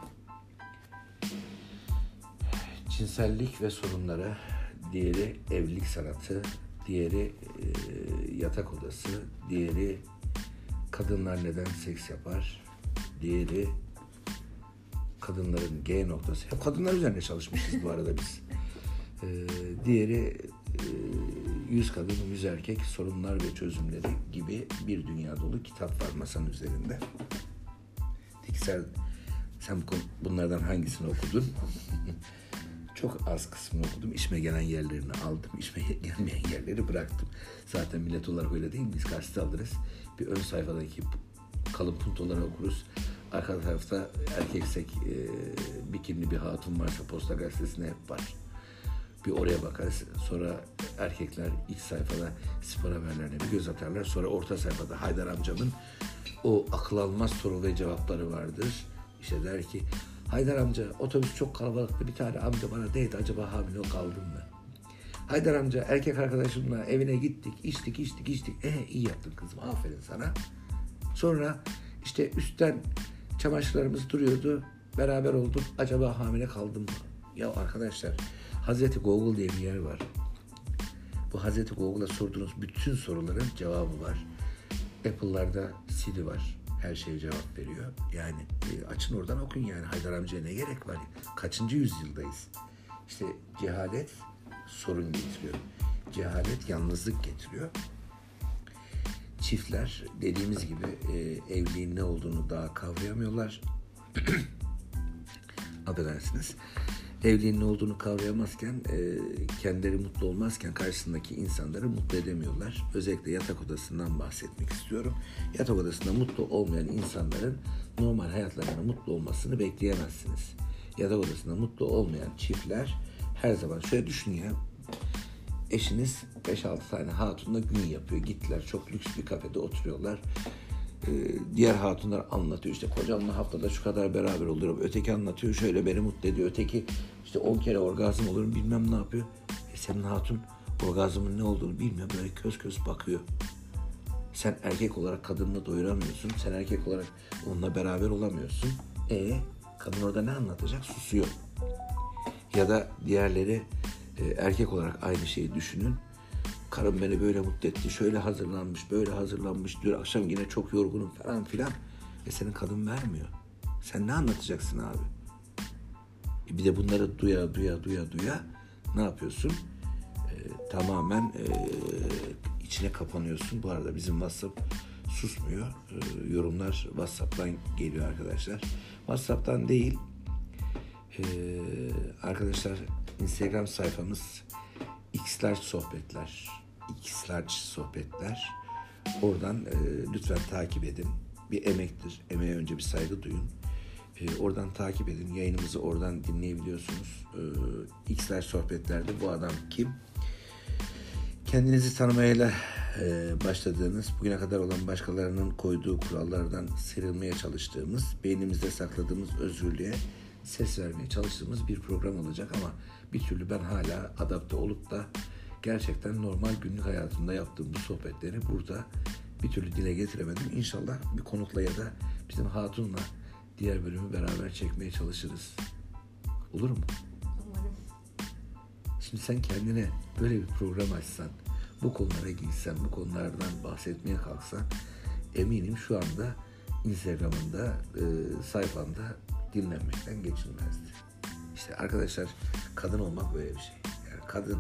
Cinsellik ve sorunları. Diğeri evlilik sanatı. Diğeri e, yatak odası. Diğeri kadınlar neden seks yapar. Diğeri kadınların G noktası. Hep kadınlar üzerine çalışmışız bu arada biz. Ee, diğeri e, yüz kadın, yüz erkek sorunlar ve çözümleri gibi bir dünya dolu kitap var masanın üzerinde. Diksel, sen bunlardan hangisini okudun? Çok az kısmını okudum. İşime gelen yerlerini aldım. İşime gelmeyen yerleri bıraktım. Zaten millet olarak öyle değil mi? Biz gazete alırız. Bir ön sayfadaki kalın puntoları okuruz. Arka tarafta erkeksek e, bikinli bir hatun varsa Posta Gazetesi'ne hep var. Bir oraya bakarız. Sonra erkekler iç sayfada spor haberlerine bir göz atarlar. Sonra orta sayfada Haydar amcamın o akıl almaz soru ve cevapları vardır. İşte der ki Haydar amca otobüs çok kalabalıktı. Bir tane amca bana değdi. Acaba hamile kaldın mı? Haydar amca erkek arkadaşımla evine gittik. İçtik içtik içtik. E iyi yaptın kızım. Aferin sana. Sonra işte üstten çamaşırlarımız duruyordu. Beraber olduk. Acaba hamile kaldım mı? Ya arkadaşlar Hazreti Google diye bir yer var. Bu Hazreti Google'a sorduğunuz bütün soruların cevabı var. Apple'larda Siri var. Her şeye cevap veriyor. Yani e, açın oradan okun yani. Haydar amcaya ne gerek var? Kaçıncı yüzyıldayız? İşte cehalet sorun getiriyor. Cehalet yalnızlık getiriyor. Çiftler dediğimiz gibi e, evliliğin ne olduğunu daha kavrayamıyorlar. affedersiniz, evliliğin ne olduğunu kavrayamazken, e, kendileri mutlu olmazken karşısındaki insanları mutlu edemiyorlar. Özellikle yatak odasından bahsetmek istiyorum. Yatak odasında mutlu olmayan insanların normal hayatlarında mutlu olmasını bekleyemezsiniz. Yatak odasında mutlu olmayan çiftler her zaman şöyle düşünün ya, eşiniz beş altı tane hatunla gün yapıyor. Gittiler çok lüks bir kafede oturuyorlar. Ee, diğer hatunlar anlatıyor, işte kocamla haftada şu kadar beraber oluyorum. Öteki anlatıyor, şöyle beni mutlu ediyor. Öteki işte on kere orgazm olurum, bilmem ne yapıyor. E senin hatun orgazmın ne olduğunu bilmiyor. Böyle köz köz bakıyor. Sen erkek olarak kadınla doyuramıyorsun. Sen erkek olarak onunla beraber olamıyorsun. E kadın orada ne anlatacak? Susuyor. Ya da diğerleri e, erkek olarak aynı şeyi düşünün. Karım beni böyle mutlu etti, şöyle hazırlanmış, böyle hazırlanmış diyor. Akşam yine çok yorgunum falan filan. E senin kadın vermiyor. Sen ne anlatacaksın abi? E bir de bunları duya duya duya duya ne yapıyorsun? E, tamamen e, içine kapanıyorsun. Bu arada bizim WhatsApp susmuyor. E, yorumlar WhatsApp'tan geliyor arkadaşlar. WhatsApp'tan değil. E, arkadaşlar Instagram sayfamız X'ler sohbetler. X'ler sohbetler. Oradan e, lütfen takip edin. Bir emektir. Emeğe önce bir saygı duyun. E, oradan takip edin. Yayınımızı oradan dinleyebiliyorsunuz. E, X'ler sohbetlerde bu adam kim? Kendinizi tanımayla e, başladığınız, bugüne kadar olan başkalarının koyduğu kurallardan sıyrılmaya çalıştığımız, beynimizde sakladığımız özgürlüğe ses vermeye çalıştığımız bir program olacak ama bir türlü ben hala adapte olup da gerçekten normal günlük hayatımda yaptığım bu sohbetleri burada bir türlü dile getiremedim. İnşallah bir konukla ya da bizim hatunla diğer bölümü beraber çekmeye çalışırız. Olur mu? Umarım. Şimdi sen kendine böyle bir program açsan, bu konulara girsen, bu konulardan bahsetmeye kalksan, eminim şu anda Instagram'ında, e, sayfanda dinlenmekten geçilmezdi. İşte arkadaşlar, kadın olmak böyle bir şey. Yani kadın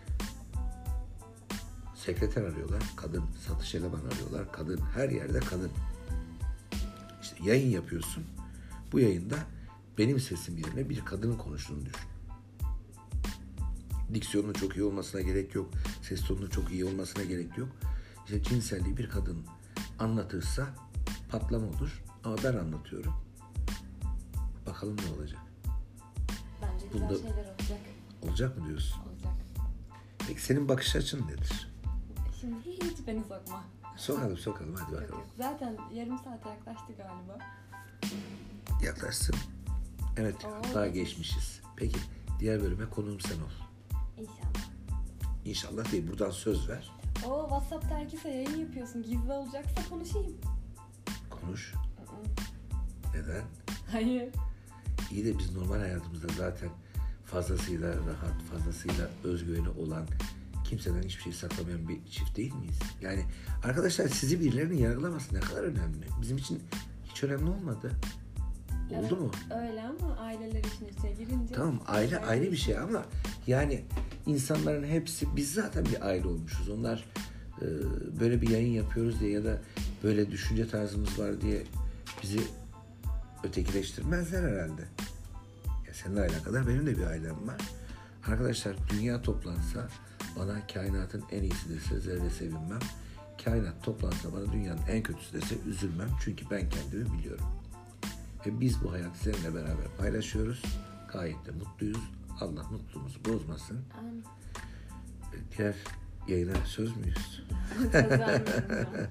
sekreter arıyorlar, kadın satış elemanı arıyorlar, kadın her yerde kadın. İşte yayın yapıyorsun. Bu yayında benim sesim yerine bir kadının konuştuğunu düşün. Diksiyonun çok iyi olmasına gerek yok. Ses tonunun çok iyi olmasına gerek yok. İşte cinselliği bir kadın anlatırsa patlama olur. Ama ben anlatıyorum. Bakalım ne olacak? Bence güzel Bunda... şeyler olacak. Olacak mı diyorsun? Olacak. Peki senin bakış açın nedir? Şimdi hiç beni sokma. Sokalım sokalım hadi Yok, bakalım. yok. Zaten yarım saate yaklaştı galiba. Yaklaşsın. Evet, Oo, daha evet. geçmişiz. Peki diğer bölüme konuğum sen ol. İnşallah. İnşallah değil, buradan söz ver. Oo, WhatsApp'ta herkese yayın yapıyorsun. Gizli olacaksa konuşayım. Konuş. Hı-hı. Neden? Hayır. İyi de biz normal hayatımızda zaten fazlasıyla rahat, fazlasıyla özgüveni olan, kimseden hiçbir şey saklamayan bir çift değil miyiz? Yani arkadaşlar, sizi birilerinin yargılaması ne kadar önemli. Bizim için hiç önemli olmadı. Oldu Evet, mu? Öyle ama aileler işin içine girince... Tamam, aile Evet. ayrı bir şey ama yani insanların hepsi, biz zaten bir aile olmuşuz. Onlar e, böyle bir yayın yapıyoruz diye ya da böyle düşünce tarzımız var diye bizi ötekileştirmezler herhalde. Ya seninle alakadar benim de bir ailem var. Arkadaşlar, dünya toplansa bana kainatın en iyisi dese zerre sevinmem. Kainat toplansa bana dünyanın en kötüsü dese üzülmem. Çünkü ben kendimi biliyorum. Ve biz bu hayatı seninle beraber paylaşıyoruz. Gayet de mutluyuz. Allah mutluluğumuzu bozmasın. Amin. Diğer yayına söz müyüz? Söz vermiyorum ben.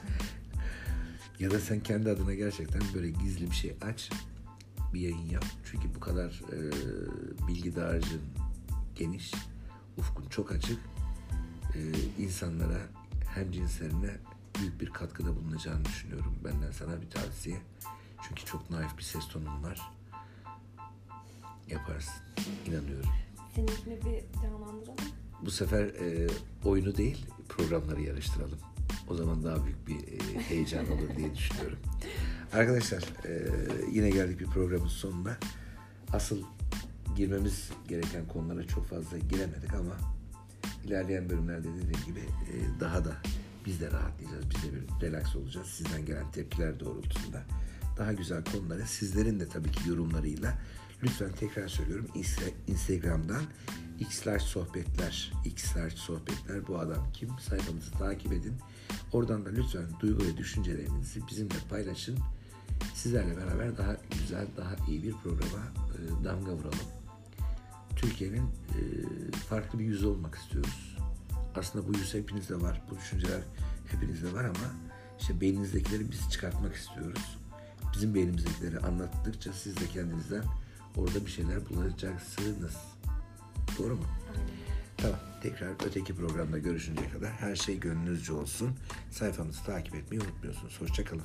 Ya da sen kendi adına gerçekten böyle gizli bir şey aç. Bir yayın yap. Çünkü bu kadar e, bilgi dağarcığın geniş. Ufkun çok açık. E, insanlara, hem cinslerine büyük bir katkıda bulunacağını düşünüyorum. Benden sana bir tavsiye. Çünkü çok naif bir ses tonun var. Yaparsın. İnanıyorum. Seninkini bir canlandıralım. Bu sefer e, oyunu değil, programları yarıştıralım. O zaman daha büyük bir e, heyecan olur diye düşünüyorum. Arkadaşlar, e, yine geldik bir programın sonuna. Asıl girmemiz gereken konulara çok fazla giremedik ama ilerleyen bölümlerde dediğim gibi e, daha da biz de rahatlayacağız. Biz de bir relax olacağız. Sizden gelen tepkiler doğrultusunda daha güzel konuları sizlerin de tabii ki yorumlarıyla lütfen tekrar söylüyorum Instagram'dan X'ler sohbetler, X'ler sohbetler bu adam kim sayfamızı takip edin. Oradan da lütfen duygu ve düşüncelerinizi bizimle paylaşın. Sizlerle beraber daha güzel, daha iyi bir programa e, damga vuralım. Türkiye'nin e, farklı bir yüzü olmak istiyoruz. Aslında bu yüz hepinizde var, bu düşünceler hepinizde var ama işte beyninizdekileri biz çıkartmak istiyoruz. Bizim beynimizdekileri anlattıkça siz de kendinizden orada bir şeyler bulacaksınız. Doğru mu? Tamam. Tekrar öteki programda görüşünceye kadar her şey gönlünüzce olsun. Sayfamızı takip etmeyi unutmuyorsunuz. Hoşça kalın.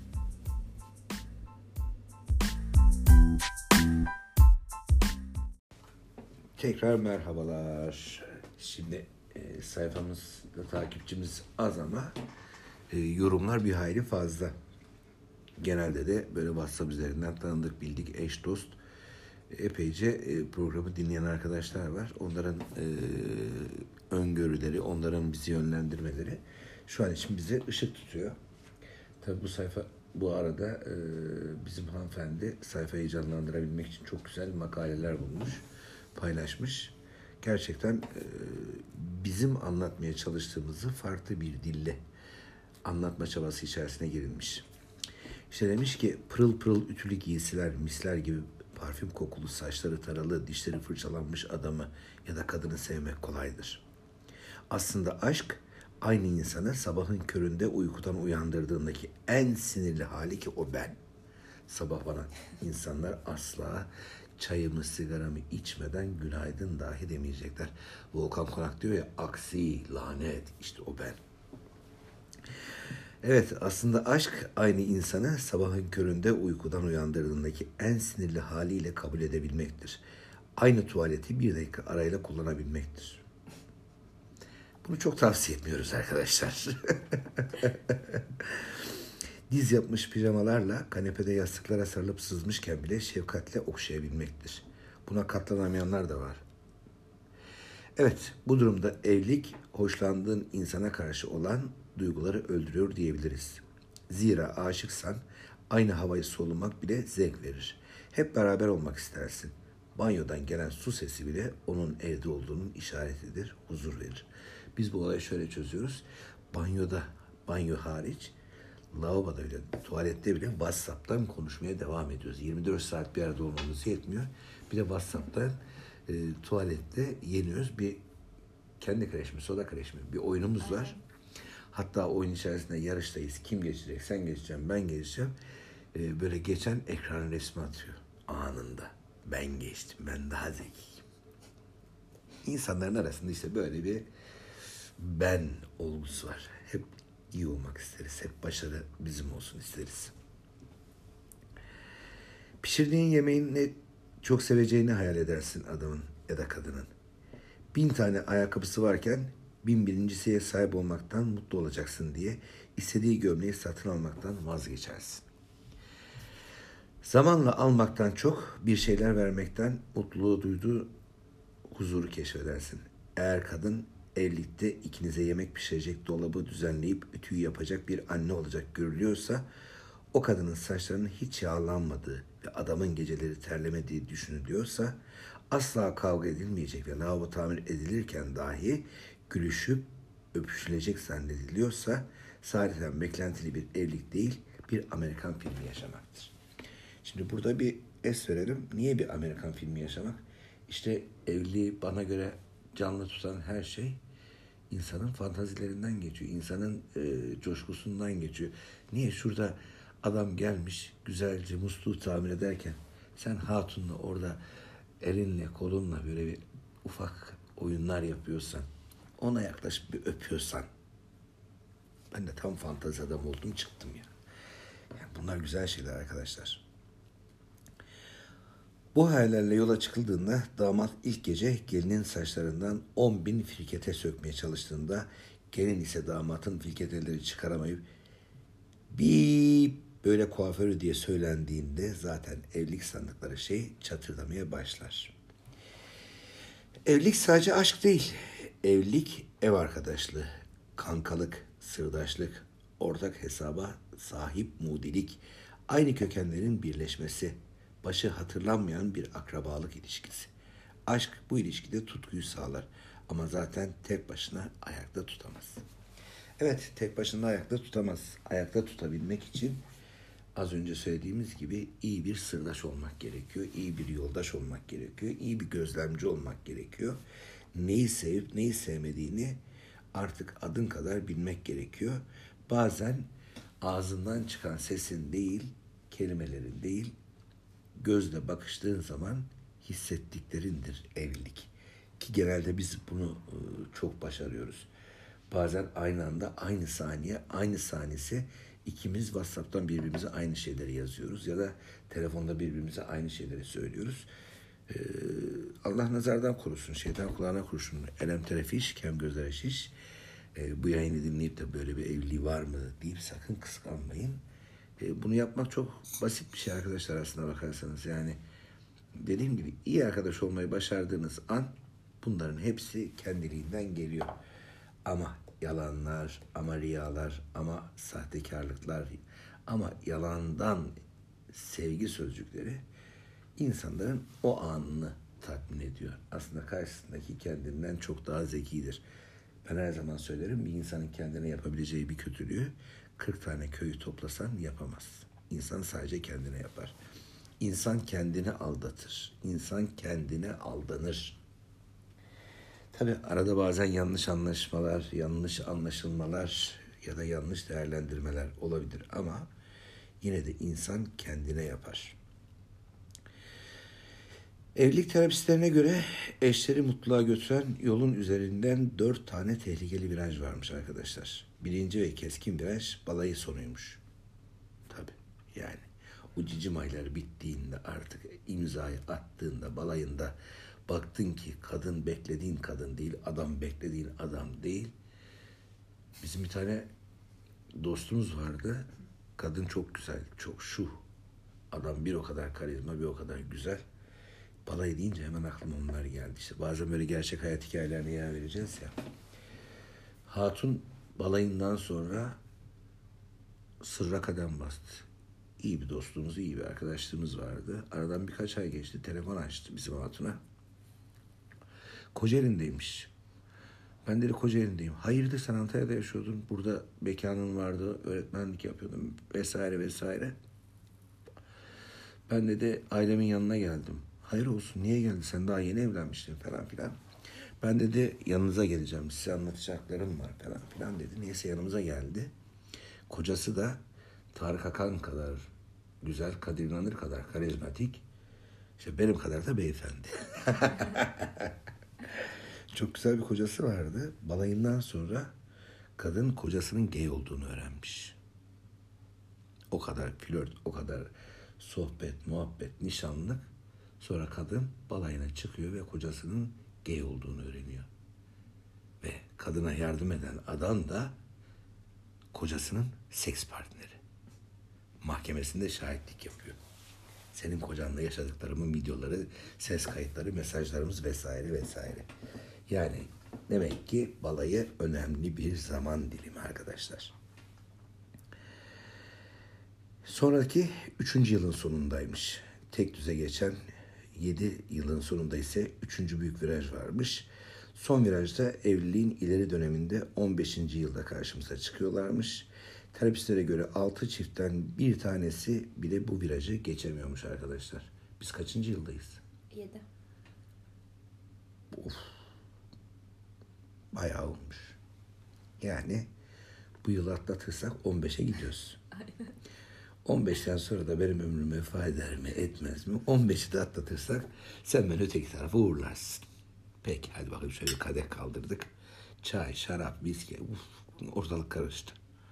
Tekrar merhabalar. Şimdi e, sayfamızda takipçimiz az ama e, yorumlar bir hayli fazla. Genelde de böyle WhatsApp üzerinden tanıdık, bildik, eş, dost epeyce e, programı dinleyen arkadaşlar var. Onların e, öngörüleri, onların bizi yönlendirmeleri şu an için bize ışık tutuyor. Tabii bu sayfa bu arada e, bizim hanımefendi sayfayı canlandırabilmek için çok güzel makaleler bulmuş, paylaşmış. Gerçekten e, bizim anlatmaya çalıştığımızı farklı bir dille anlatma çabası içerisine girilmiş. İşte demiş ki pırıl pırıl ütülü giysiler, misler gibi parfüm kokulu, saçları taralı, dişleri fırçalanmış adamı ya da kadını sevmek kolaydır. Aslında aşk aynı insanı sabahın köründe uykudan uyandırdığındaki en sinirli hali ki o ben. Sabah bana insanlar asla çayımı, sigaramı içmeden günaydın dahi demeyecekler. Volkan Konak diyor ya, aksi, lanet, işte o ben. Evet, aslında aşk aynı insanı sabahın köründe uykudan uyandırdığındaki en sinirli haliyle kabul edebilmektir. Aynı tuvaleti bir dakika arayla kullanabilmektir. Bunu çok tavsiye etmiyoruz arkadaşlar. Diz yapmış pijamalarla kanepede yastıklara sarılıp sızmışken bile şefkatle okşayabilmektir. Buna katlanamayanlar da var. Evet, bu durumda evlilik hoşlandığın insana karşı olan duyguları öldürüyor diyebiliriz. Zira aşıksan aynı havayı solumak bile zevk verir. Hep beraber olmak istersin. Banyodan gelen su sesi bile onun evde olduğunun işaretidir, huzur verir. Biz bu olayı şöyle çözüyoruz. Banyoda, banyo hariç, lavaboda bile, tuvalette bile WhatsApp'tan konuşmaya devam ediyoruz. yirmi dört saat bir arada olmamız yetmiyor. Bir de WhatsApp'tan e, tuvalette yeniyoruz. Bir kendi kreş mi, soda kreş mi? Bir oyunumuz var. Hatta oyun içerisinde yarıştayız. Kim geçecek? Sen geçeceksin, ben geçeceğim. Ee, böyle geçen ekran resmi atıyor. Anında. Ben geçtim, ben daha zekiyim. İnsanların arasında işte böyle bir ben olgusu var. Hep iyi olmak isteriz. Hep başarı bizim olsun isteriz. Pişirdiğin yemeğin ne çok seveceğini hayal edersin adamın ya da kadının. Bin tane ayakkabısı varken bin birincisiye sahip olmaktan mutlu olacaksın diye istediği gömleği satın almaktan vazgeçersin. Zamanla almaktan çok bir şeyler vermekten mutluluğu duyduğu huzuru keşfedersin. Eğer kadın evlilikte ikinize yemek pişirecek, dolabı düzenleyip ütüyü yapacak bir anne olacak görülüyorsa, o kadının saçlarının hiç yağlanmadığı ve adamın geceleri terlemediği düşünülüyorsa, asla kavga edilmeyecek ve lavabo tamir edilirken dahi gülüşüp öpüşülecek zannediliyorsa, sadece beklentili bir evlilik değil, bir Amerikan filmi yaşamaktır. Şimdi burada bir es verelim. Niye bir Amerikan filmi yaşamak? İşte evliliği bana göre canlı tutan her şey insanın fantazilerinden geçiyor. İnsanın e, coşkusundan geçiyor. Niye? Şurada adam gelmiş güzelce musluğu tamir ederken sen hatunla orada elinle kolunla böyle bir ufak oyunlar yapıyorsan, ona yaklaşıp bir öpüyorsan, ben de tam fantazi adam oldum çıktım ya. Yani bunlar güzel şeyler arkadaşlar. Bu hayallerle yola çıkıldığında damat ilk gece gelinin saçlarından on bin firkete sökmeye çalıştığında, gelin ise damatın firketeleri çıkaramayıp bir böyle kuaförü diye söylendiğinde zaten evlilik sandıkları şey çatırdamaya başlar. Evlilik sadece aşk değil. Evlilik ev arkadaşlığı, kankalık, sırdaşlık, ortak hesaba sahip mudilik, Aynı kökenlerin birleşmesi, başı hatırlanmayan bir akrabalık ilişkisi. Aşk bu ilişkide tutkuyu sağlar ama zaten tek başına ayakta tutamaz. Evet, tek başına ayakta tutamaz. Ayakta tutabilmek için az önce söylediğimiz gibi iyi bir sırdaş olmak gerekiyor, iyi bir yoldaş olmak gerekiyor, iyi bir gözlemci olmak gerekiyor. Neyi sevip neyi sevmediğini artık adın kadar bilmek gerekiyor. Bazen ağzından çıkan sesin değil, kelimelerin değil, gözle bakıştığın zaman hissettiklerindir evlilik. Ki genelde biz bunu çok başarıyoruz. Bazen aynı anda, aynı saniye, aynı saniyesi ikimiz WhatsApp'tan birbirimize aynı şeyleri yazıyoruz ya da telefonda birbirimize aynı şeyleri söylüyoruz. Ee, Allah nazardan korusun, şeytan kulağına kurşun, elem terefiş, kem gözlere şiş. Ee, bu yayını dinleyip de böyle bir evliliği var mı deyip sakın kıskanmayın. Ee, bunu yapmak çok basit bir şey arkadaşlar aslına bakarsanız. Yani dediğim gibi iyi arkadaş olmayı başardığınız an bunların hepsi kendiliğinden geliyor. Ama yalanlar, ama riyalar, ama sahtekarlıklar, ama yalandan sevgi sözcükleri insanların o anını tatmin ediyor. Aslında karşısındaki kendinden çok daha zekidir. Ben her zaman söylerim, bir insanın kendine yapabileceği bir kötülüğü kırk tane köyü toplasan yapamaz. İnsan sadece kendine yapar. İnsan kendini aldatır. İnsan kendine aldanır. Tabii arada bazen yanlış anlaşmalar, yanlış anlaşılmalar ya da yanlış değerlendirmeler olabilir ama yine de insan kendine yapar. Evlilik terapistlerine göre eşleri mutluluğa götüren yolun üzerinden dört tane tehlikeli viraj varmış arkadaşlar. Birinci ve keskin viraj balayı sonuymuş. Tabii yani o cicim ayları bittiğinde artık imzayı attığında balayında baktın ki kadın beklediğin kadın değil, adam beklediğin adam değil. Bizim bir tane dostumuz vardı. Kadın çok güzel, çok şu. Adam bir o kadar karizma, bir o kadar güzel. Balayı deyince hemen aklıma onlar geldi. İşte bazen böyle gerçek hayat hikayelerine yer vereceğiz ya. Hatun balayından sonra sırra kadem bastı. İyi bir dostluğumuz, iyi bir arkadaşlığımız vardı. Aradan birkaç ay geçti. Telefon açtı bizim hatuna. Kocaeli'ndeymiş. Ben dedi Kocaeli'ndeyim. Hayırdır sen Antalya'da yaşıyordun. Burada mekanın vardı. Öğretmenlik yapıyordum vesaire vesaire. Ben dedi ailemin yanına geldim. Hayır olsun niye geldin sen daha yeni evlenmiştin falan filan. Ben dedi yanınıza geleceğim size anlatacaklarım var falan filan dedi. Neyse yanımıza geldi. Kocası da Tarık Akan kadar güzel, Kadir İnanır kadar karizmatik. İşte benim kadar da beyefendi. Çok güzel bir kocası vardı. Balayından sonra kadın kocasının gay olduğunu öğrenmiş. O kadar flört, o kadar sohbet, muhabbet, nişanlık. Sonra kadın balayına çıkıyor ve kocasının gay olduğunu öğreniyor. Ve kadına yardım eden adam da kocasının seks partneri. Mahkemesinde şahitlik yapıyor. Senin kocanla yaşadıklarımın videoları, ses kayıtları, mesajlarımız vesaire vesaire. Yani demek ki balayı önemli bir zaman dilimi arkadaşlar. Sonraki üçüncü yılın sonundaymış. Tek düze geçen yedi yılın sonunda ise üçüncü büyük viraj varmış. Son virajda evliliğin ileri döneminde on beşinci yılda karşımıza çıkıyorlarmış. Terapistlere göre altı çiftten bir tanesi bile bu virajı geçemiyormuş arkadaşlar. Biz kaçıncı yıldayız? Yedi. Of. Bayağı olmuş. Yani bu yılı atlatırsak on beşe gidiyoruz. Aynen. on beşten sonra da benim ömrüm vefa eder mi etmez mi? on beşi de atlatırsak sen beni öteki tarafa uğurlarsın. Peki hadi bakayım şöyle bir kadeh kaldırdık. Çay, şarap, viski, uf, ortalık karıştı.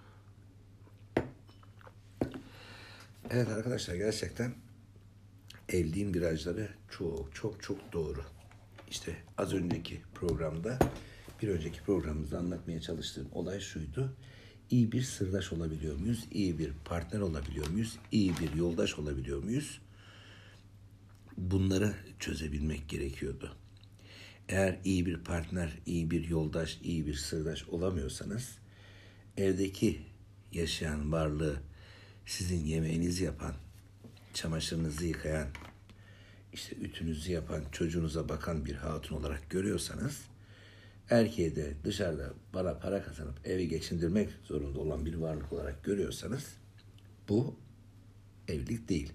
Evet arkadaşlar gerçekten evliliğin virajları çok çok çok doğru. İşte az önceki programda, bir önceki programımızda anlatmaya çalıştığım olay şuydu. İyi bir sırdaş olabiliyor muyuz? İyi bir partner olabiliyor muyuz? İyi bir yoldaş olabiliyor muyuz? Bunları çözebilmek gerekiyordu. Eğer iyi bir partner, iyi bir yoldaş, iyi bir sırdaş olamıyorsanız evdeki yaşayan varlığı sizin yemeğinizi yapan, çamaşırınızı yıkayan, işte ütünüzü yapan, çocuğunuza bakan bir hatun olarak görüyorsanız, erkeği de dışarıda bana para kazanıp evi geçindirmek zorunda olan bir varlık olarak görüyorsanız, bu evlilik değil.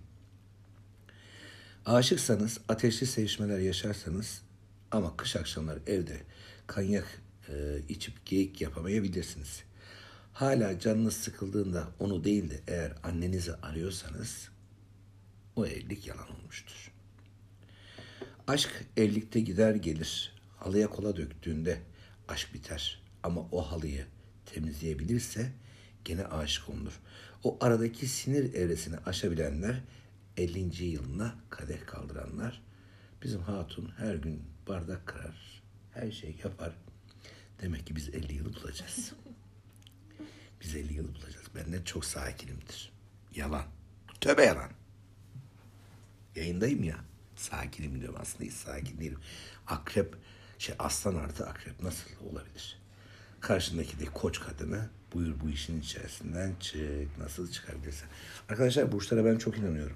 Aşıksanız, ateşli sevişmeler yaşarsanız ama kış akşamları evde kanyak e, içip geyik yapamayabilirsiniz. Hala canınız sıkıldığında onu değil de eğer annenizi arıyorsanız o evlilik yalan olmuştur. Aşk evlilikte gider gelir. Halıya kola döktüğünde aşk biter. Ama o halıyı temizleyebilirse gene aşık olunur. O aradaki sinir evresini aşabilenler, ellinci yılına kadeh kaldıranlar. Bizim hatun her gün bardak kırar, her şey yapar. Demek ki biz elli yılı bulacağız. Biz elli yılı bulacağız. Ben de çok sakinimdir. Yalan. Tövbe yalan. Yayındayım ya. Sakinim diyorum, aslında hiç sakin değilim. Akrep, şey aslan artı akrep nasıl olabilir? Karşındaki de koç kadını, buyur bu işin içerisinden çık, nasıl çıkabilirsin? Arkadaşlar burçlara ben çok inanıyorum.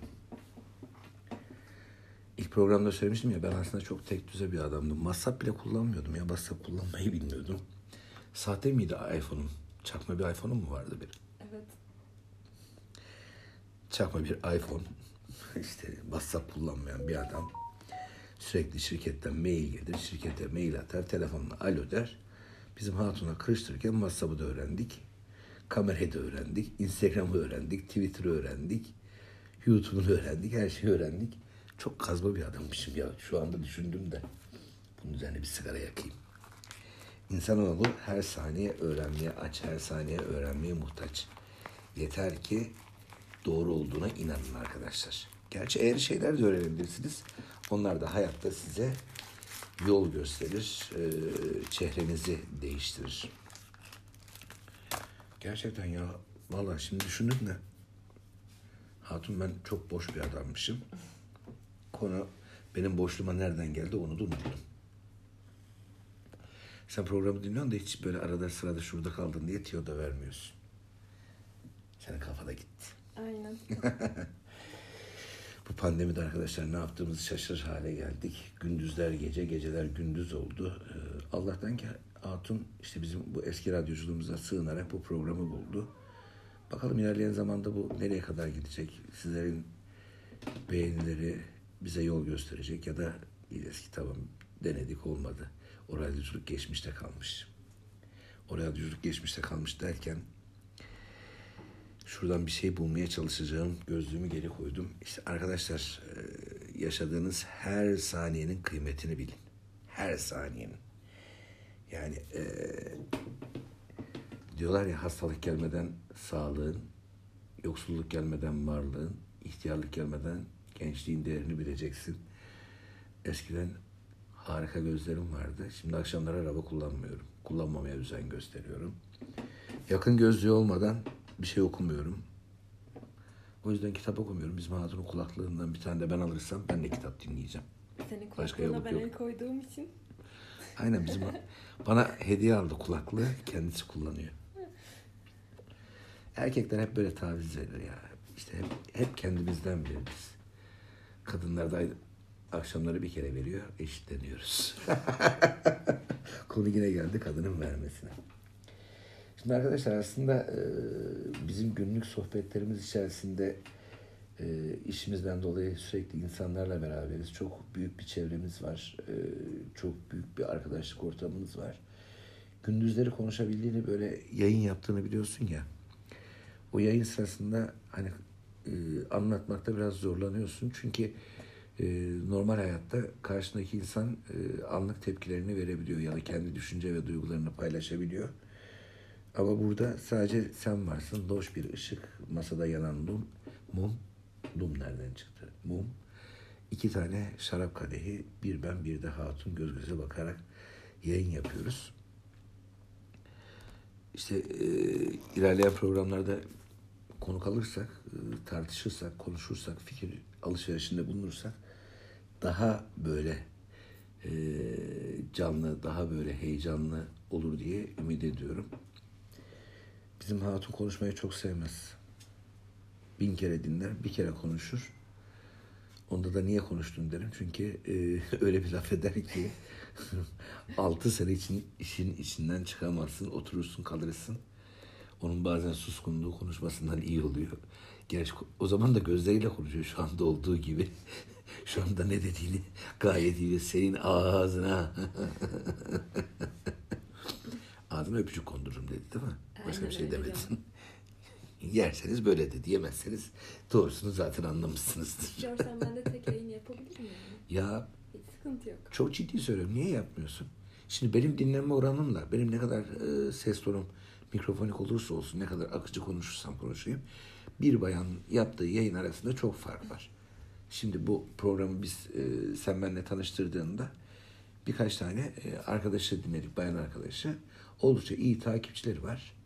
İlk programda söylemiştim ya, ben aslında çok tek düze bir adamdım. WhatsApp bile kullanmıyordum ya, WhatsApp kullanmayı bilmiyordum. Sahte miydi iPhone'um? Çakma bir iPhone'um mu vardı benim? Evet. Çakma bir iPhone. İşte WhatsApp kullanmayan bir adam. Sürekli şirketten mail gelir, şirkete mail atar, telefonla alo der. Bizim hatuna kırıştırırken WhatsApp'ı da öğrendik. Kamerayı da öğrendik. Instagram'ı öğrendik. Twitter'ı öğrendik. YouTube'u öğrendik. Her şeyi öğrendik. Çok kazma bir adammışım ya. Şu anda düşündüm de. Bunun üzerine bir sigara yakayım. İnsanoğlu her saniye öğrenmeye aç. Her saniye öğrenmeye muhtaç. Yeter ki doğru olduğuna inanın arkadaşlar. Gerçi eğer şeyler de öğrenebilirsiniz. Onlar da hayatta size yol gösterir, e, çehrenizi değiştirir. Gerçekten ya, vallahi şimdi düşündüm de, hatun ben çok boş bir adammışım. Konu benim boşluğuma nereden geldi onu da unuttum. Sen programı dinliyorsun da hiç böyle arada sırada şurada kaldın diye tiyo da vermiyorsun. Senin kafada gitti. Aynen. Bu pandemide arkadaşlar ne yaptığımızı şaşırır hale geldik. Gündüzler gece, geceler gündüz oldu. Ee, Allah'tan ki hatun işte bizim bu eski radyoculuğumuza sığınarak bu programı buldu. Bakalım ilerleyen zamanda bu nereye kadar gidecek? Sizlerin beğenileri bize yol gösterecek ya da eski tamam denedik olmadı. O radyoculuk geçmişte kalmış. O radyoculuk geçmişte kalmış derken şuradan bir şey bulmaya çalışacağım. Gözlüğümü geri koydum. İşte arkadaşlar yaşadığınız her saniyenin kıymetini bilin. Her saniyenin. Yani e, diyorlar ya, hastalık gelmeden sağlığın, yoksulluk gelmeden varlığın, ihtiyarlık gelmeden gençliğin değerini bileceksin. Eskiden harika gözlerim vardı. Şimdi akşamları araba kullanmıyorum. Kullanmamaya özen gösteriyorum. Yakın gözlüğü olmadan bir şey okumuyorum. O yüzden kitap okumuyorum. Bizim hatunun kulaklığından bir tane de ben alırsam ben de kitap dinleyeceğim. Senin Başka kulaklığına ben yok. el koyduğum için. Aynen, bizim bana hediye aldı kulaklığı. Kendisi kullanıyor. Erkekler hep böyle taviz verir ya. İşte hep, hep kendimizden veririz. Kadınlar da akşamları bir kere veriyor. Eşitleniyoruz. Konu yine geldi kadının vermesine. Şimdi arkadaşlar aslında e, bizim günlük sohbetlerimiz içerisinde e, işimizden dolayı sürekli insanlarla beraberiz. Çok büyük bir çevremiz var. E, çok büyük bir arkadaşlık ortamımız var. Gündüzleri konuşabildiğini, böyle yayın yaptığını biliyorsun ya. O yayın sırasında hani e, anlatmakta biraz zorlanıyorsun. Çünkü e, normal hayatta karşındaki insan e, anlık tepkilerini verebiliyor ya da kendi düşünce ve duygularını paylaşabiliyor. Ama burada sadece sen varsın. Loş bir ışık, masada yanan mum, mum, mum nereden çıktı? Mum, iki tane şarap kadehi, bir ben bir de hatun göz göze bakarak yayın yapıyoruz. İşte e, ilerleyen programlarda konuk alırsak, e, tartışırsak, konuşursak, fikir alışverişinde bulunursak daha böyle e, canlı, daha böyle heyecanlı olur diye ümit ediyorum. Bizim hatun konuşmayı çok sevmez. bin kere dinler, bir kere konuşur. Onda da niye konuştun derim. Çünkü e, öyle bir laf eder ki altı sene için işin içinden çıkamazsın, oturursun, kalırsın. Onun bazen suskunluğu konuşmasından iyi oluyor. Gerçi o zaman da gözleriyle konuşuyor şu anda olduğu gibi. Şu anda ne dediğini gayet iyi. Senin ağzına ağzına öpücük kondururum dedi değil mi? Başka Aynen bir şey öyle demedin. canım. Yerseniz böyle de diyemezseniz doğrusunu zaten anlamışsınızdır. Görsen ben de tek yayın yapabilirim yani. Ya Hiç sıkıntı yok. çok ciddi söylüyorum. Niye yapmıyorsun? Şimdi benim dinlenme oranımla, benim ne kadar e, ses tonum mikrofonik olursa olsun, ne kadar akıcı konuşursam konuşayım, bir bayan yaptığı yayın arasında çok fark var. Şimdi bu programı biz e, sen benimle tanıştırdığında birkaç tane e, arkadaşı dinledik, bayan arkadaşı. Oldukça iyi takipçileri var.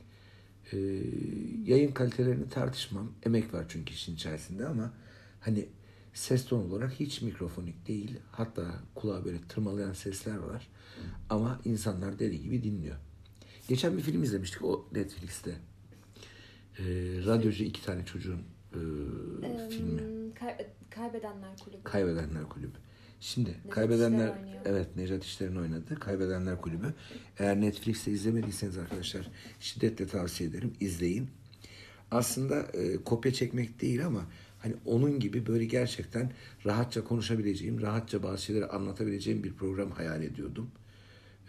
E, yayın kalitelerini tartışmam. Emek var çünkü işin içerisinde ama hani ses ton olarak hiç mikrofonik değil. Hatta kulağa böyle tırmalayan sesler var. Ama insanlar deli gibi dinliyor. Geçen bir film izlemiştik o Netflix'te. E, radyocu iki tane çocuğun e, Ee, filmi. kay- Kaybedenler Kulübü. Kaybedenler Kulübü. Şimdi Nejat Kaybedenler, İşler oynuyor. evet, Nejat İşler'in oynadığı Kaybedenler Kulübü. Eğer Netflix'te izlemediyseniz arkadaşlar şiddetle tavsiye ederim. İzleyin. Aslında e, kopya çekmek değil ama hani onun gibi böyle gerçekten rahatça konuşabileceğim, rahatça bazı şeyleri anlatabileceğim bir program hayal ediyordum. E,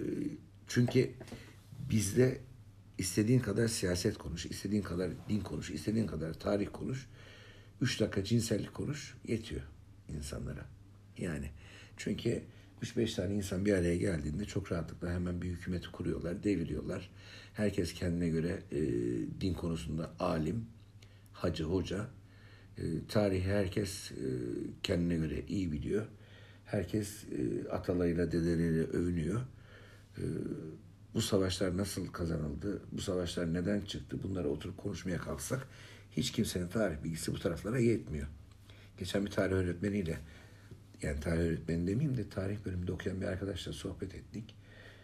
çünkü bizde istediğin kadar siyaset konuş, istediğin kadar din konuş, istediğin kadar tarih konuş. Üç dakika cinsellik konuş yetiyor insanlara. Yani çünkü üç beş tane insan bir araya geldiğinde çok rahatlıkla hemen bir hükümeti kuruyorlar, deviriyorlar. Herkes kendine göre e, din konusunda alim, hacı, hoca. E, tarihi herkes e, kendine göre iyi biliyor. Herkes e, atalarıyla, dedeleriyle övünüyor. E, bu savaşlar nasıl kazanıldı, bu savaşlar neden çıktı, bunlara oturup konuşmaya kalksak hiç kimsenin tarih bilgisi bu taraflara yetmiyor. Geçen bir tarih öğretmeniyle, yani tarih öğretmeni demeyeyim de tarih bölümünde okuyan bir arkadaşla sohbet ettik.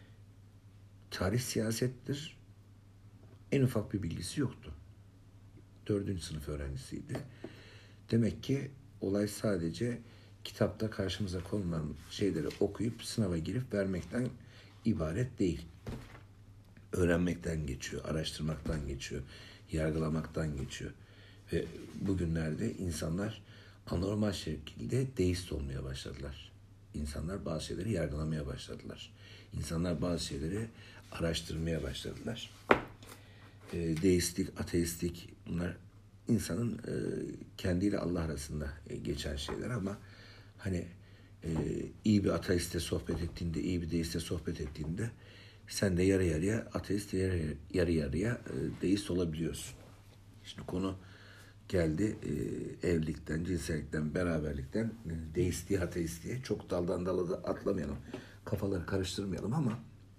Tarih siyasettir. En ufak bir bilgisi yoktu. Dördüncü sınıf öğrencisiydi. Demek ki olay sadece kitapta karşımıza konulan şeyleri okuyup sınava girip vermekten ibaret değil. Öğrenmekten geçiyor, araştırmaktan geçiyor, yargılamaktan geçiyor. Ve bugünlerde insanlar anormal şekilde deist olmaya başladılar. İnsanlar bazı şeyleri yargılamaya başladılar. İnsanlar bazı şeyleri araştırmaya başladılar. E, deistlik, ateistlik bunlar insanın e, kendiyle Allah arasında e, geçen şeyler ama hani e, iyi bir ateiste sohbet ettiğinde, iyi bir deiste sohbet ettiğinde sen de yarı yarıya ateist, yarı, yarı yarıya e, deist olabiliyorsun. Şimdi konu geldi e, evlilikten, cinsellikten, beraberlikten e, deistliğe, ateistliğe. Çok daldan dala da atlamayalım. Kafaları karıştırmayalım ama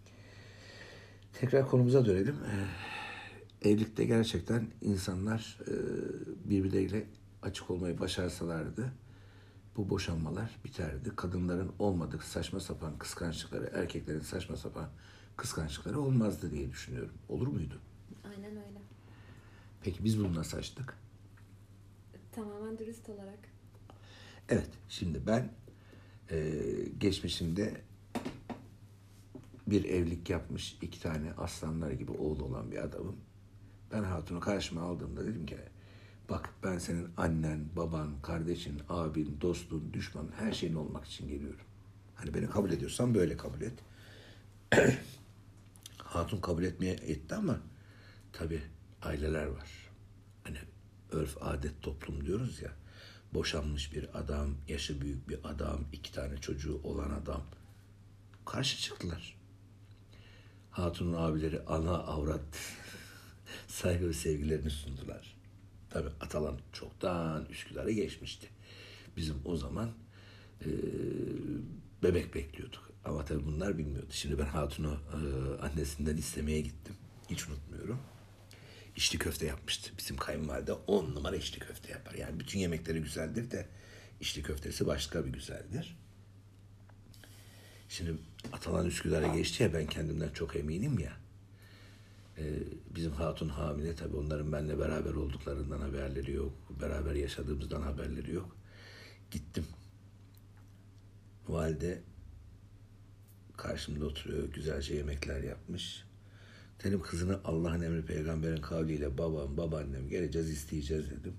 tekrar konumuza dönelim. E, evlilikte gerçekten insanlar e, birbirleriyle açık olmayı başarsalardı bu boşanmalar biterdi. Kadınların olmadık saçma sapan kıskançlıkları, erkeklerin saçma sapan kıskançlıkları olmazdı diye düşünüyorum. Olur muydu? Aynen öyle. Peki biz bunu nasıl açtık? Tamamen dürüst olarak. Evet, şimdi ben e, geçmişimde bir evlilik yapmış iki tane aslanlar gibi oğlu olan bir adamım. Ben hatunu karşıma aldığımda dedim ki bak ben senin annen, baban, kardeşin, abin, dostun, düşmanın her şeyin olmak için geliyorum. Hani beni kabul ediyorsan böyle kabul et. Hatun kabul etmeye etti ama tabii aileler var. Hani örf, adet, toplum diyoruz ya. Boşanmış bir adam, yaşı büyük bir adam, iki tane çocuğu olan adam. Karşı çıktılar. Hatun'un abileri ana avrat saygı ve sevgilerini sundular. Tabii Atalan çoktan Üsküdar'a geçmişti. Bizim o zaman e, bebek bekliyorduk. Ama tabii bunlar bilmiyordu. Şimdi ben Hatun'u e, annesinden istemeye gittim. Hiç unutmuyorum. İçli köfte yapmıştı. Bizim kayınvalide on numara içli köfte yapar. Yani bütün yemekleri güzeldir de içli köftesi başka bir güzeldir. Şimdi Atalan Üsküdar'a geçti ya ben kendimden çok eminim ya. Ee, bizim hatun hamile, tabii onların benimle beraber olduklarından haberleri yok. Beraber yaşadığımızdan haberleri yok. Gittim. Valide karşımda oturuyor. Güzelce yemekler yapmış. Dedim kızını Allah'ın emri peygamberin kavliyle babam, babaannem geleceğiz isteyeceğiz dedim.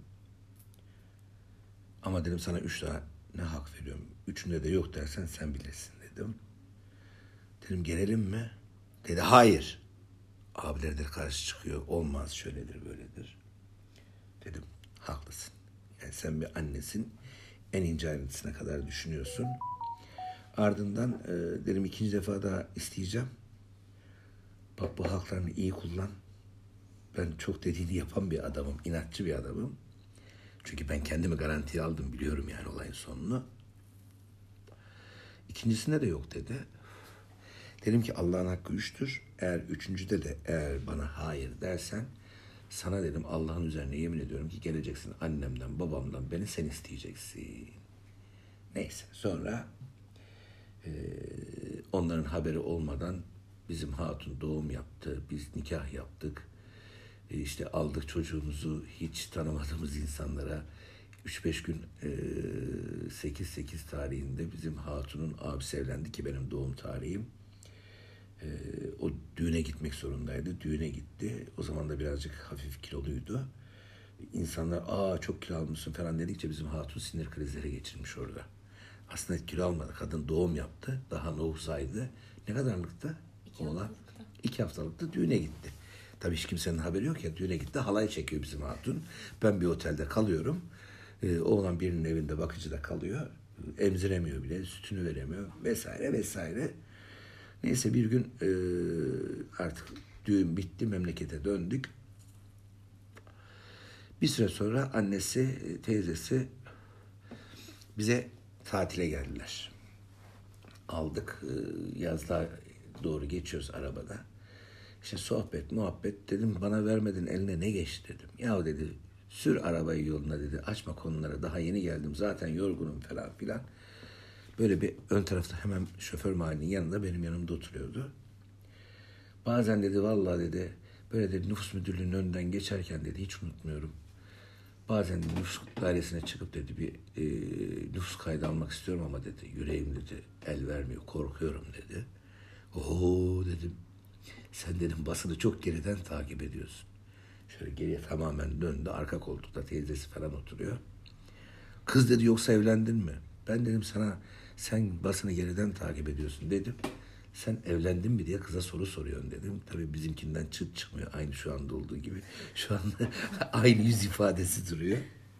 Ama dedim sana üç tane ne hak veriyorum. Üçünde de yok dersen sen bilirsin dedim. Dedim gelelim mi? Dedi hayır. Abiler de karşı çıkıyor. Olmaz şöyledir böyledir. Dedim haklısın. Yani sen bir annesin. En ince ayrıntısına kadar düşünüyorsun. Ardından e, dedim ikinci defa daha isteyeceğim. Bak bu haklarını iyi kullan. Ben çok dediğini yapan bir adamım. İnatçı bir adamım. Çünkü ben kendimi garantiye aldım. Biliyorum yani olayın sonunu. İkincisinde de yok dedi. Dedim ki Allah'ın hakkı üçtür. Eğer üçüncüde de eğer bana hayır dersen sana dedim Allah'ın üzerine yemin ediyorum ki geleceksin annemden babamdan beni sen isteyeceksin. Neyse sonra e, onların haberi olmadan bizim hatun doğum yaptı. Biz nikah yaptık. E, işte aldık çocuğumuzu hiç tanımadığımız insanlara. üç beş gün e, sekiz sekiz tarihinde bizim hatunun abisi evlendi ki benim doğum tarihim. E, o düğüne gitmek zorundaydı. Düğüne gitti. O zaman da birazcık hafif kiloluydu. İnsanlar aa çok kilo almışsın falan dedikçe bizim hatun sinir krizleri geçirmiş orada. Aslında kilo almadı. Kadın doğum yaptı. Daha nüfusaydı. Ne kadarlıktı? İki Oğlan. haftalıkta. İki haftalıkta düğüne gitti. Tabii hiç kimsenin haberi yok ya. Düğüne gitti. Halay çekiyor bizim hatun. Ben bir otelde kalıyorum. Ee, oğlan birinin evinde bakıcıda kalıyor. Emziremiyor bile. Sütünü veremiyor. Vesaire vesaire. Neyse bir gün e, artık düğün bitti. Memlekete döndük. Bir süre sonra annesi, teyzesi bize tatile geldiler. Aldık. Yazlığa doğru geçiyoruz arabada. İşte sohbet, muhabbet dedim. Bana vermedin eline ne geçti dedim. Ya dedi sür arabayı yoluna dedi. Açma konuları daha yeni geldim. Zaten yorgunum falan filan. Böyle bir ön tarafta hemen şoför mahallinin yanında benim yanımda oturuyordu. Bazen dedi vallahi dedi böyle dedi nüfus müdürlüğünün önünden geçerken dedi hiç unutmuyorum. Bazen dedi, nüfus dairesine çıkıp dedi bir e, nüfus kaydı almak istiyorum ama dedi yüreğim dedi el vermiyor korkuyorum dedi. Oo dedim sen dedim basını çok geriden takip ediyorsun. Şöyle geriye tamamen döndü arka koltukta teyzesi falan oturuyor. Kız dedi yoksa evlendin mi? Ben dedim sana sen basını geriden takip ediyorsun dedim. Sen evlendin mi diye kıza soru soruyorsun dedim. Tabii bizimkinden çıt çıkmıyor. Aynı şu anda olduğu gibi. Şu anda aynı yüz ifadesi duruyor.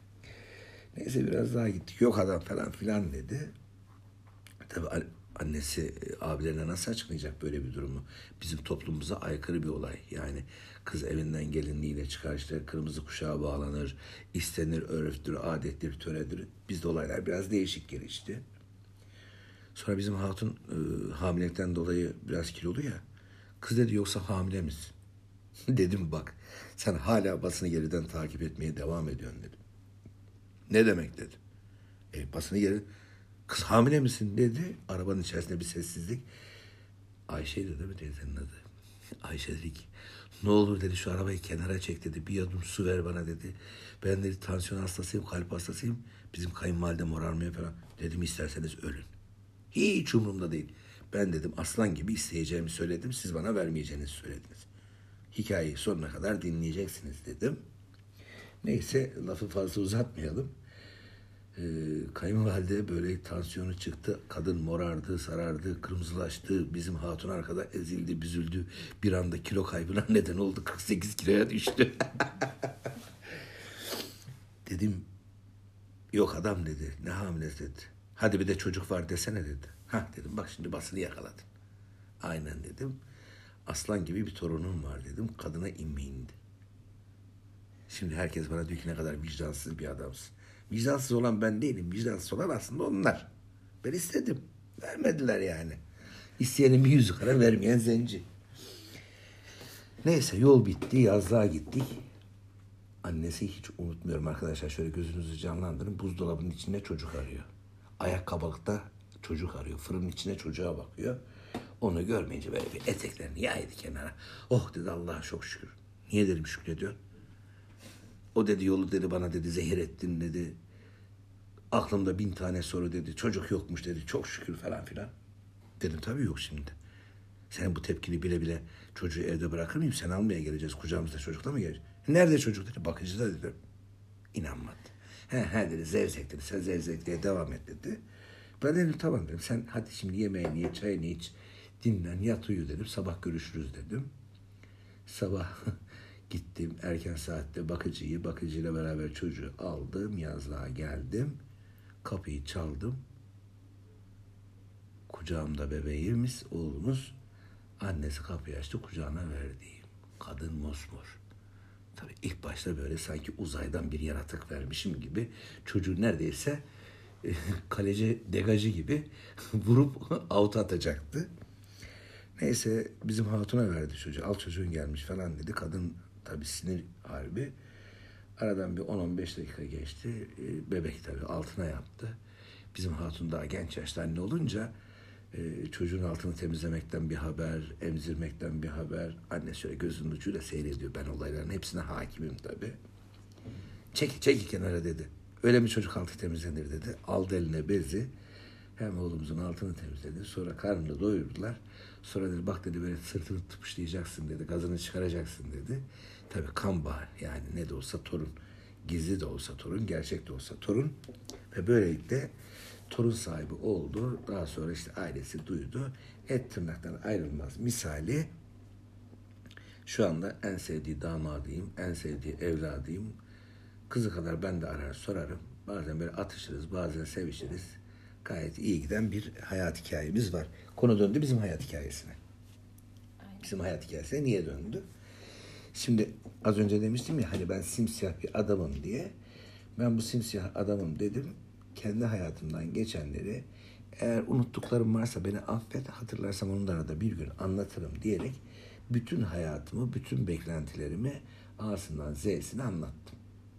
Neyse biraz daha gittik. Yok adam falan filan dedi. Tabii annesi abilerine nasıl açıklayacak böyle bir durumu? Bizim toplumumuza aykırı bir olay. Yani kız evinden gelinliğiyle çıkar işte kırmızı kuşağa bağlanır. İstenir, örftür, adettir, töredir. Bizde olaylar biraz değişik gelişti. Sonra bizim hatun e, hamilelikten dolayı biraz kilolu ya. Kız dedi yoksa hamile misin? Dedim bak sen hala basını geriden takip etmeye devam ediyorsun dedim. Ne demek dedi. E, basını geri kız hamile misin dedi. Arabanın içerisinde bir sessizlik. Ayşe'ydi değil mi teyzenin adı? Ayşe dedi ki ne olur dedi şu arabayı kenara çek dedi. Bir yudum su ver bana dedi. Ben dedi tansiyon hastasıyım, kalp hastasıyım. Bizim kayınvalide morarmıyor falan. Dedim isterseniz ölün. Hiç umurumda değil. Ben dedim aslan gibi isteyeceğimi söyledim. Siz bana vermeyeceğinizi söylediniz. Hikayeyi sonuna kadar dinleyeceksiniz dedim. Neyse lafı fazla uzatmayalım. Ee, kayınvalide böyle tansiyonu çıktı. Kadın morardı, sarardı, kırmızılaştı. Bizim hatun arkada ezildi, büzüldü. Bir anda kilo kaybına neden oldu. kırk sekiz kiloya düştü. Dedim yok adam dedi. Ne hamilesi dedi. Hadi bir de çocuk var desene dedi. Hah dedim bak şimdi basını yakaladın. Aynen dedim. Aslan gibi bir torunum var dedim. Kadına inme indi. Şimdi herkes bana diyor ki ne kadar vicdansız bir adamsın. Vicdansız olan ben değilim. Vicdansız olan aslında onlar. Ben istedim. Vermediler yani. İsteyenin bir yüzü kara vermeyen zenci. Neyse yol bitti. Yazlığa gittik. Annesi hiç unutmuyorum arkadaşlar. Şöyle gözünüzü canlandırın. Buzdolabının içinde çocuk arıyor. Ayakkabılıkta çocuk arıyor. Fırının içine çocuğa bakıyor. Onu görmeyince böyle bir eteklerini yaydı kenara. Oh dedi, Allah'a çok şükür. Niye dedim şükrediyor? O dedi yolu dedi bana dedi zehir ettin dedi. Aklımda bin tane soru dedi. Çocuk yokmuş dedi. Çok şükür falan filan. Dedim tabii yok şimdi. Sen bu tepkini bile bile çocuğu evde bırakır mıyım? Sen almaya geleceğiz. Kucağımızda çocukla mı geleceğiz? Nerede çocuk dedi. Bakıcıda dedim. İnanmadı. He he dedi. Zevzek dedi. Sen zevzekliğe devam et dedi. Ben dedim tamam dedim. Sen hadi şimdi yemeğini ye, çayını iç. Dinlen, yat uyu dedim. Sabah görüşürüz dedim. Sabah gittim erken saatte bakıcıyı, bakıcıyla beraber çocuğu aldım. Yazlığa geldim. Kapıyı çaldım. Kucağımda bebeğimiz, oğlumuz. Annesi kapıyı açtı, kucağına verdi. Kadın mosmor. Tabii ilk başta böyle sanki uzaydan bir yaratık vermişim gibi çocuğu neredeyse kaleci, degacı gibi vurup out atacaktı. Neyse bizim hatuna verdi çocuğu. Al çocuğun gelmiş falan dedi. Kadın tabii sinir harbi. Aradan bir on on beş dakika geçti. Bebek tabii altına yaptı. Bizim hatun daha genç yaşta anne olunca çocuğun altını temizlemekten bir haber, emzirmekten bir haber. Anne şöyle gözünün ucuyla seyrediyor. Ben olayların hepsine hakimim tabii. Çekil, çekil kenara dedi. Öyle mi çocuk altı temizlenir dedi. Aldı eline bezi. Hem oğlumuzun altını temizledi. Sonra karnını doyurdular. Sonra dedi bak dedi böyle sırtını tıpışlayacaksın dedi. Gazını çıkaracaksın dedi. Tabii kan bağı yani ne de olsa torun. Gizli de olsa torun, gerçek de olsa torun. Ve böylelikle torun sahibi oldu. Daha sonra işte ailesi duydu. Et tırnaktan ayrılmaz misali. Şu anda en sevdiği damadıyım, en sevdiği evladıyım. Kızı kadar ben de arar sorarım. Bazen böyle atışırız, bazen sevişiriz. Gayet iyi giden bir hayat hikayemiz var. Konu döndü bizim hayat hikayesine. Bizim hayat hikayesine niye döndü? Şimdi az önce demiştim ya hani ben simsiyah bir adamım diye. Ben bu simsiyah adamım dedim. Kendi hayatımdan geçenleri eğer unuttuklarım varsa beni affet, hatırlarsam onlara da bir gün anlatırım diyerek bütün hayatımı, bütün beklentilerimi A'sından Z'sine anlattım.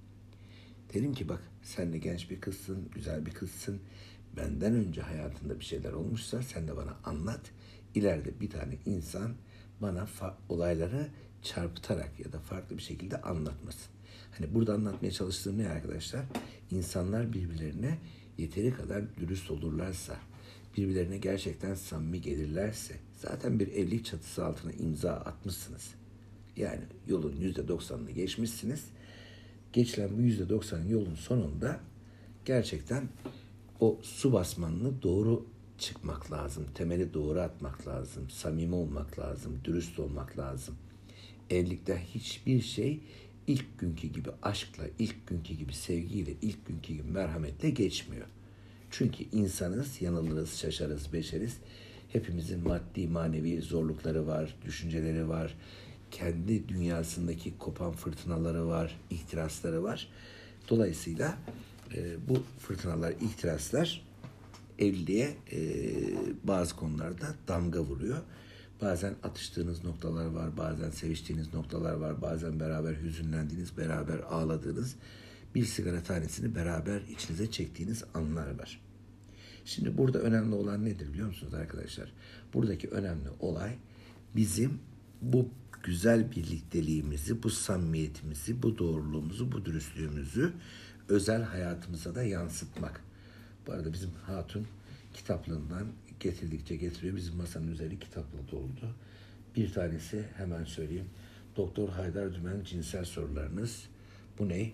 Dedim ki bak sen de genç bir kızsın, güzel bir kızsın. Benden önce hayatında bir şeyler olmuşsa sen de bana anlat. İleride bir tane insan bana fa- olayları çarpıtarak ya da farklı bir şekilde anlatmasın. Hani burada anlatmaya çalıştığım ne arkadaşlar? İnsanlar birbirlerine yeteri kadar dürüst olurlarsa, birbirlerine gerçekten samimi gelirlerse, zaten bir evlilik çatısı altına imza atmışsınız. Yani yolun yüzde doksanını geçmişsiniz. Geçilen bu yüzde doksan yolun sonunda gerçekten o su basmanını doğru çıkmak lazım. Temeli doğru atmak lazım. Samimi olmak lazım. Dürüst olmak lazım. Evlilikte hiçbir şey ilk günkü gibi aşkla, ilk günkü gibi sevgiyle, ilk günkü gibi merhametle geçmiyor. Çünkü insanız, yanılırız, şaşarız, beşeriz. Hepimizin maddi, manevi zorlukları var, düşünceleri var. Kendi dünyasındaki kopan fırtınaları var, ihtirasları var. Dolayısıyla e, bu fırtınalar, ihtiraslar evliliğe e, bazı konularda damga vuruyor. Bazen atıştığınız noktalar var, bazen seviştiğiniz noktalar var, bazen beraber hüzünlendiğiniz, beraber ağladığınız, bir sigara tanesini beraber içinize çektiğiniz anlar var. Şimdi burada önemli olan nedir biliyor musunuz arkadaşlar? Buradaki önemli olay bizim bu güzel birlikteliğimizi, bu samimiyetimizi, bu doğruluğumuzu, bu dürüstlüğümüzü özel hayatımıza da yansıtmak. Bu arada bizim hatun kitaplığından getirdikçe getiriyor. Bizim masanın üzeri kitapla doldu. Bir tanesi hemen söyleyeyim. Doktor Haydar Dümen cinsel sorularınız. Bu ne?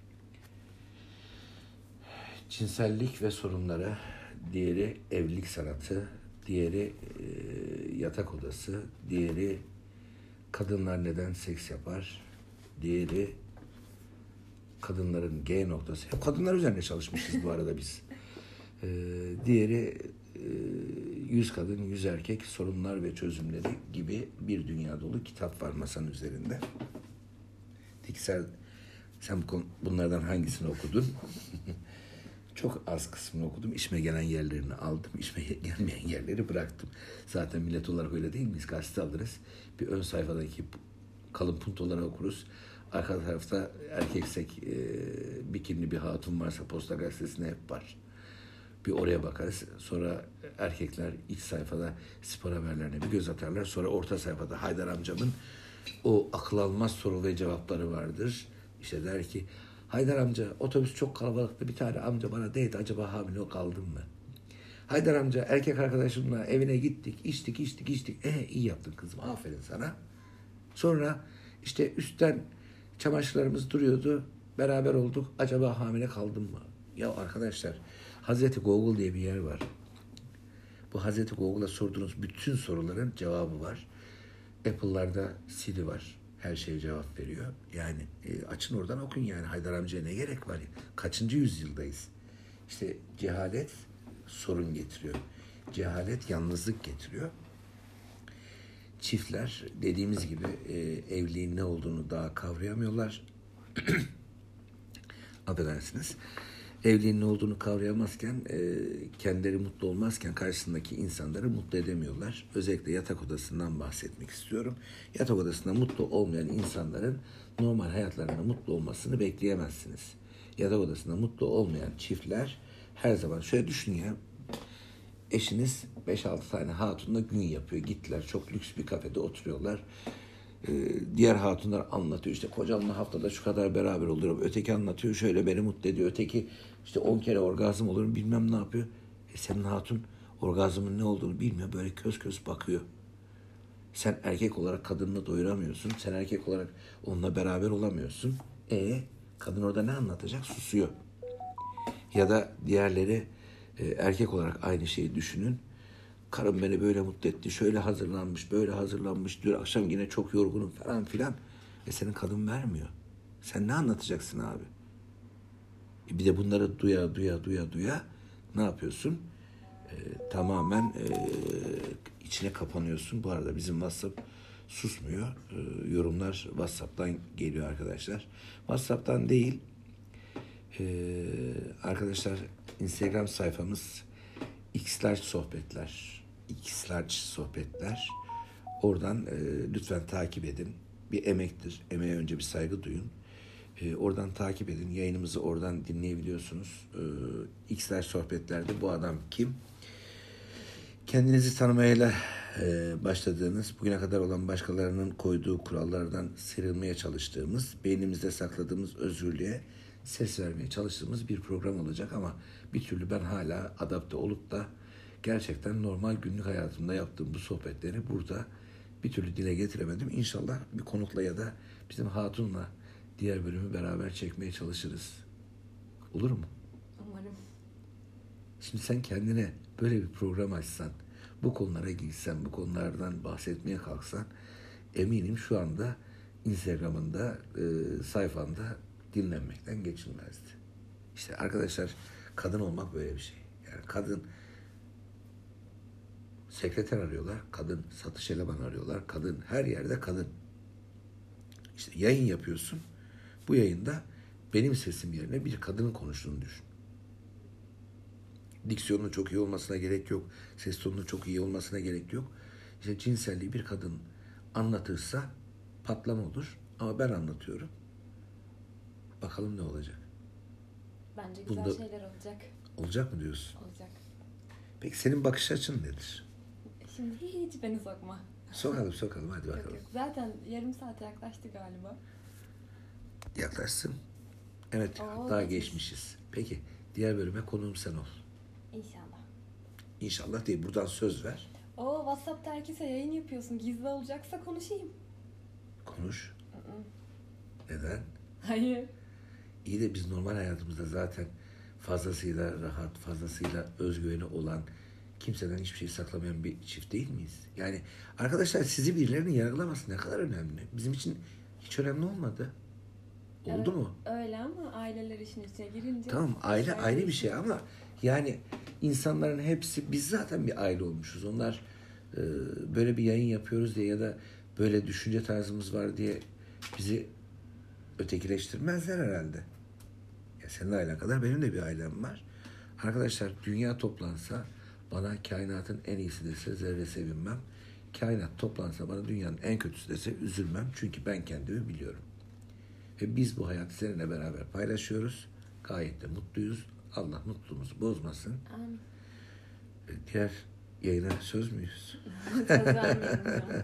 Cinsellik ve sorunları. Diğeri evlilik sanatı. Diğeri e, yatak odası. Diğeri kadınlar neden seks yapar? Diğeri kadınların G noktası. Hep kadınlar üzerine çalışmışız bu arada biz. Ee, diğeri e, yüz kadın, yüz erkek sorunlar ve çözümleri gibi bir dünya dolu kitap var masanın üzerinde. Diksel, sen bu konu, bunlardan hangisini okudun? Çok az kısmını okudum. İşime gelen yerlerini aldım. İşime gelmeyen yerleri bıraktım. Zaten millet olarak öyle değil miyiz? Gazete alırız. Bir ön sayfadaki kalın puntoları okuruz. Arka tarafta erkeksek e, bikinli bir hatun varsa Posta Gazetesi'ne hep var. Bir oraya bakarız. Sonra erkekler iç sayfada spor haberlerine bir göz atarlar. Sonra orta sayfada Haydar amcamın o akıl almaz soru ve cevapları vardır. İşte der ki, Haydar amca otobüs çok kalabalıktı, bir tane amca bana değdi, acaba hamile kaldın mı? Haydar amca erkek arkadaşımla evine gittik, içtik içtik içtik. E iyi yaptın kızım, aferin sana. Sonra işte üstten çamaşırlarımız duruyordu, beraber olduk, acaba hamile kaldın mı? Ya arkadaşlar, Hazreti Google diye bir yer var. Bu Hazreti Google'a sorduğunuz bütün soruların cevabı var. Apple'larda Siri var. Her şeye cevap veriyor. Yani e, açın oradan okun yani. Haydar amcaya ne gerek var? Kaçıncı yüzyıldayız? İşte cehalet sorun getiriyor. Cehalet yalnızlık getiriyor. Çiftler dediğimiz gibi e, evliliğin ne olduğunu daha kavrayamıyorlar. Affedersiniz. Evliliğin ne olduğunu kavrayamazken, e, kendileri mutlu olmazken karşısındaki insanları mutlu edemiyorlar. Özellikle yatak odasından bahsetmek istiyorum. Yatak odasında mutlu olmayan insanların normal hayatlarında mutlu olmasını bekleyemezsiniz. Yatak odasında mutlu olmayan çiftler her zaman şöyle düşünün ya. Eşiniz beş altı tane hatunla gün yapıyor. Gittiler çok lüks bir kafede oturuyorlar. Ee, diğer hatunlar anlatıyor, işte kocamla haftada şu kadar beraber oluyorum. Öteki anlatıyor, şöyle beni mutlu ediyor. Öteki işte on kere orgazm olurum, bilmem ne yapıyor. E senin hatun orgazmın ne olduğunu bilmiyor. Böyle köz köz bakıyor. Sen erkek olarak kadınını doyuramıyorsun. Sen erkek olarak onunla beraber olamıyorsun. E kadın orada ne anlatacak? Susuyor. Ya da diğerleri e, erkek olarak aynı şeyi düşünün. Karım beni böyle mutlu etti, şöyle hazırlanmış, böyle hazırlanmış, dün akşam yine çok yorgunum falan filan. E senin kadın vermiyor. Sen ne anlatacaksın abi? E bir de bunları duya duya duya duya ne yapıyorsun? E, tamamen e, içine kapanıyorsun. Bu arada bizim WhatsApp susmuyor. E, yorumlar WhatsApp'tan geliyor arkadaşlar. WhatsApp'tan değil. E, arkadaşlar Instagram sayfamız X'ler sohbetler. X'ler sohbetler. Oradan e, lütfen takip edin. Bir emektir. Emeğe önce bir saygı duyun. E, oradan takip edin. Yayınımızı oradan dinleyebiliyorsunuz. E, X'ler sohbetlerde bu adam kim? Kendinizi tanımayla e, başladığınız, bugüne kadar olan başkalarının koyduğu kurallardan sıyrılmaya çalıştığımız, beynimizde sakladığımız özgürlüğe ses vermeye çalıştığımız bir program olacak ama bir türlü ben hala adapte olup da gerçekten normal günlük hayatımda yaptığım bu sohbetleri burada bir türlü dile getiremedim. İnşallah bir konukla ya da bizim hatunla diğer bölümü beraber çekmeye çalışırız. Olur mu? Umarım. Şimdi sen kendine böyle bir program açsan, bu konulara girsen, bu konulardan bahsetmeye kalksan, eminim şu anda Instagram'ında, e, sayfanda dinlenmekten geçilmezdi. İşte arkadaşlar, kadın olmak böyle bir şey. Yani kadın sekreter arıyorlar, kadın satış elemanı arıyorlar, kadın her yerde kadın. İşte yayın yapıyorsun, bu yayında benim sesim yerine bir kadının konuştuğunu düşün. Diksiyonun çok iyi olmasına gerek yok, ses tonunun çok iyi olmasına gerek yok. İşte cinselliği bir kadın anlatırsa patlama olur ama ben anlatıyorum. Bakalım ne olacak? Bence güzel Bunda şeyler olacak. olacak mı diyorsun? Olacak. Peki senin bakış açın nedir? Şimdi hiç beni sokma. Sokalım sokalım hadi bakalım. Yok yok. Zaten yarım saate yaklaştı galiba. Yaklaşsın. Evet, Oo, daha geçmiş. geçmişiz. Peki diğer bölüme konuğum sen ol. İnşallah. İnşallah değil, buradan söz ver. Oo, WhatsApp'ta herkese yayın yapıyorsun. Gizli olacaksa konuşayım. Konuş. Hı-hı. Neden? Hayır. İyi de biz normal hayatımızda zaten fazlasıyla rahat, fazlasıyla özgüveni olan, kimseden hiçbir şey saklamayan bir çift değil miyiz? Yani arkadaşlar, sizi birilerinin yargılaması ne kadar önemli. Bizim için hiç önemli olmadı. Oldu Evet, mu? Öyle ama aileler işin içine girince... Tamam, aile işler ayrı bir değişiyor. şey ama yani insanların hepsi, biz zaten bir aile olmuşuz. Onlar e, böyle bir yayın yapıyoruz diye ya da böyle düşünce tarzımız var diye bizi ötekileştirmezler herhalde. Ya seninle alakadar benim de bir ailem var. Arkadaşlar, dünya toplansa bana kainatın en iyisi dese zerre sevinmem. Kainat toplansa bana dünyanın en kötüsü dese üzülmem. Çünkü ben kendimi biliyorum. Ve biz bu hayatı seninle beraber paylaşıyoruz. Gayet de mutluyuz. Allah mutluluğumuzu bozmasın. Amin. Diğer yayına söz müyüz? Söz vermiyorum şu an.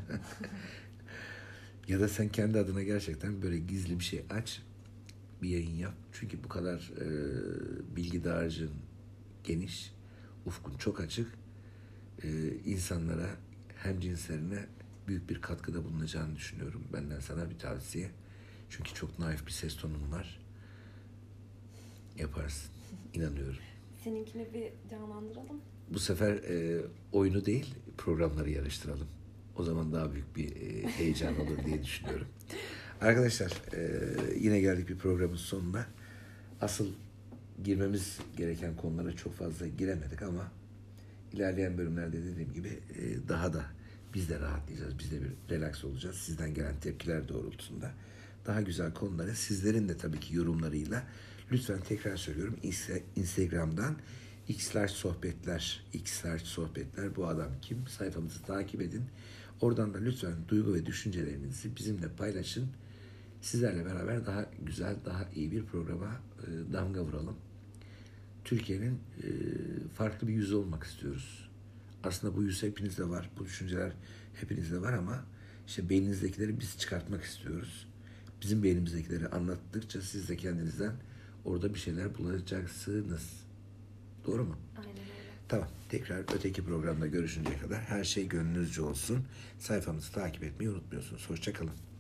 Ya da sen kendi adına gerçekten böyle gizli bir şey aç, bir yayın yap. Çünkü bu kadar e, bilgi dağarcığın geniş, ufkun çok açık. E, insanlara, hem cinslerine büyük bir katkıda bulunacağını düşünüyorum. Benden sana bir tavsiye. Çünkü çok naif bir ses tonun var. Yaparsın. İnanıyorum. Seninkini bir canlandıralım. Bu sefer e, oyunu değil, programları yarıştıralım. O zaman daha büyük bir e, heyecan olur diye düşünüyorum. Arkadaşlar, e, yine geldik bir programın sonuna. Asıl girmemiz gereken konulara çok fazla giremedik ama ilerleyen bölümlerde dediğim gibi e, daha da biz de rahatlayacağız. Biz de bir relax olacağız. Sizden gelen tepkiler doğrultusunda daha güzel konuları sizlerin de tabii ki yorumlarıyla, lütfen tekrar söylüyorum, Instagram'dan X'ler sohbetler, X'ler sohbetler, bu adam kim? Sayfamızı takip edin. Oradan da lütfen duygu ve düşüncelerinizi bizimle paylaşın. Sizlerle beraber daha güzel, daha iyi bir programa e, damga vuralım. Türkiye'nin e, farklı bir yüzü olmak istiyoruz. Aslında bu yüz hepinizde var, bu düşünceler hepinizde var ama işte beyninizdekileri biz çıkartmak istiyoruz. Bizim beynimizdekileri anlattıkça siz de kendinizden orada bir şeyler bulacaksınız. Doğru mu? Aynen öyle. Tamam. Tekrar öteki programda görüşünceye kadar her şey gönlünüzce olsun. Sayfamızı takip etmeyi unutmuyorsunuz. Hoşça kalın.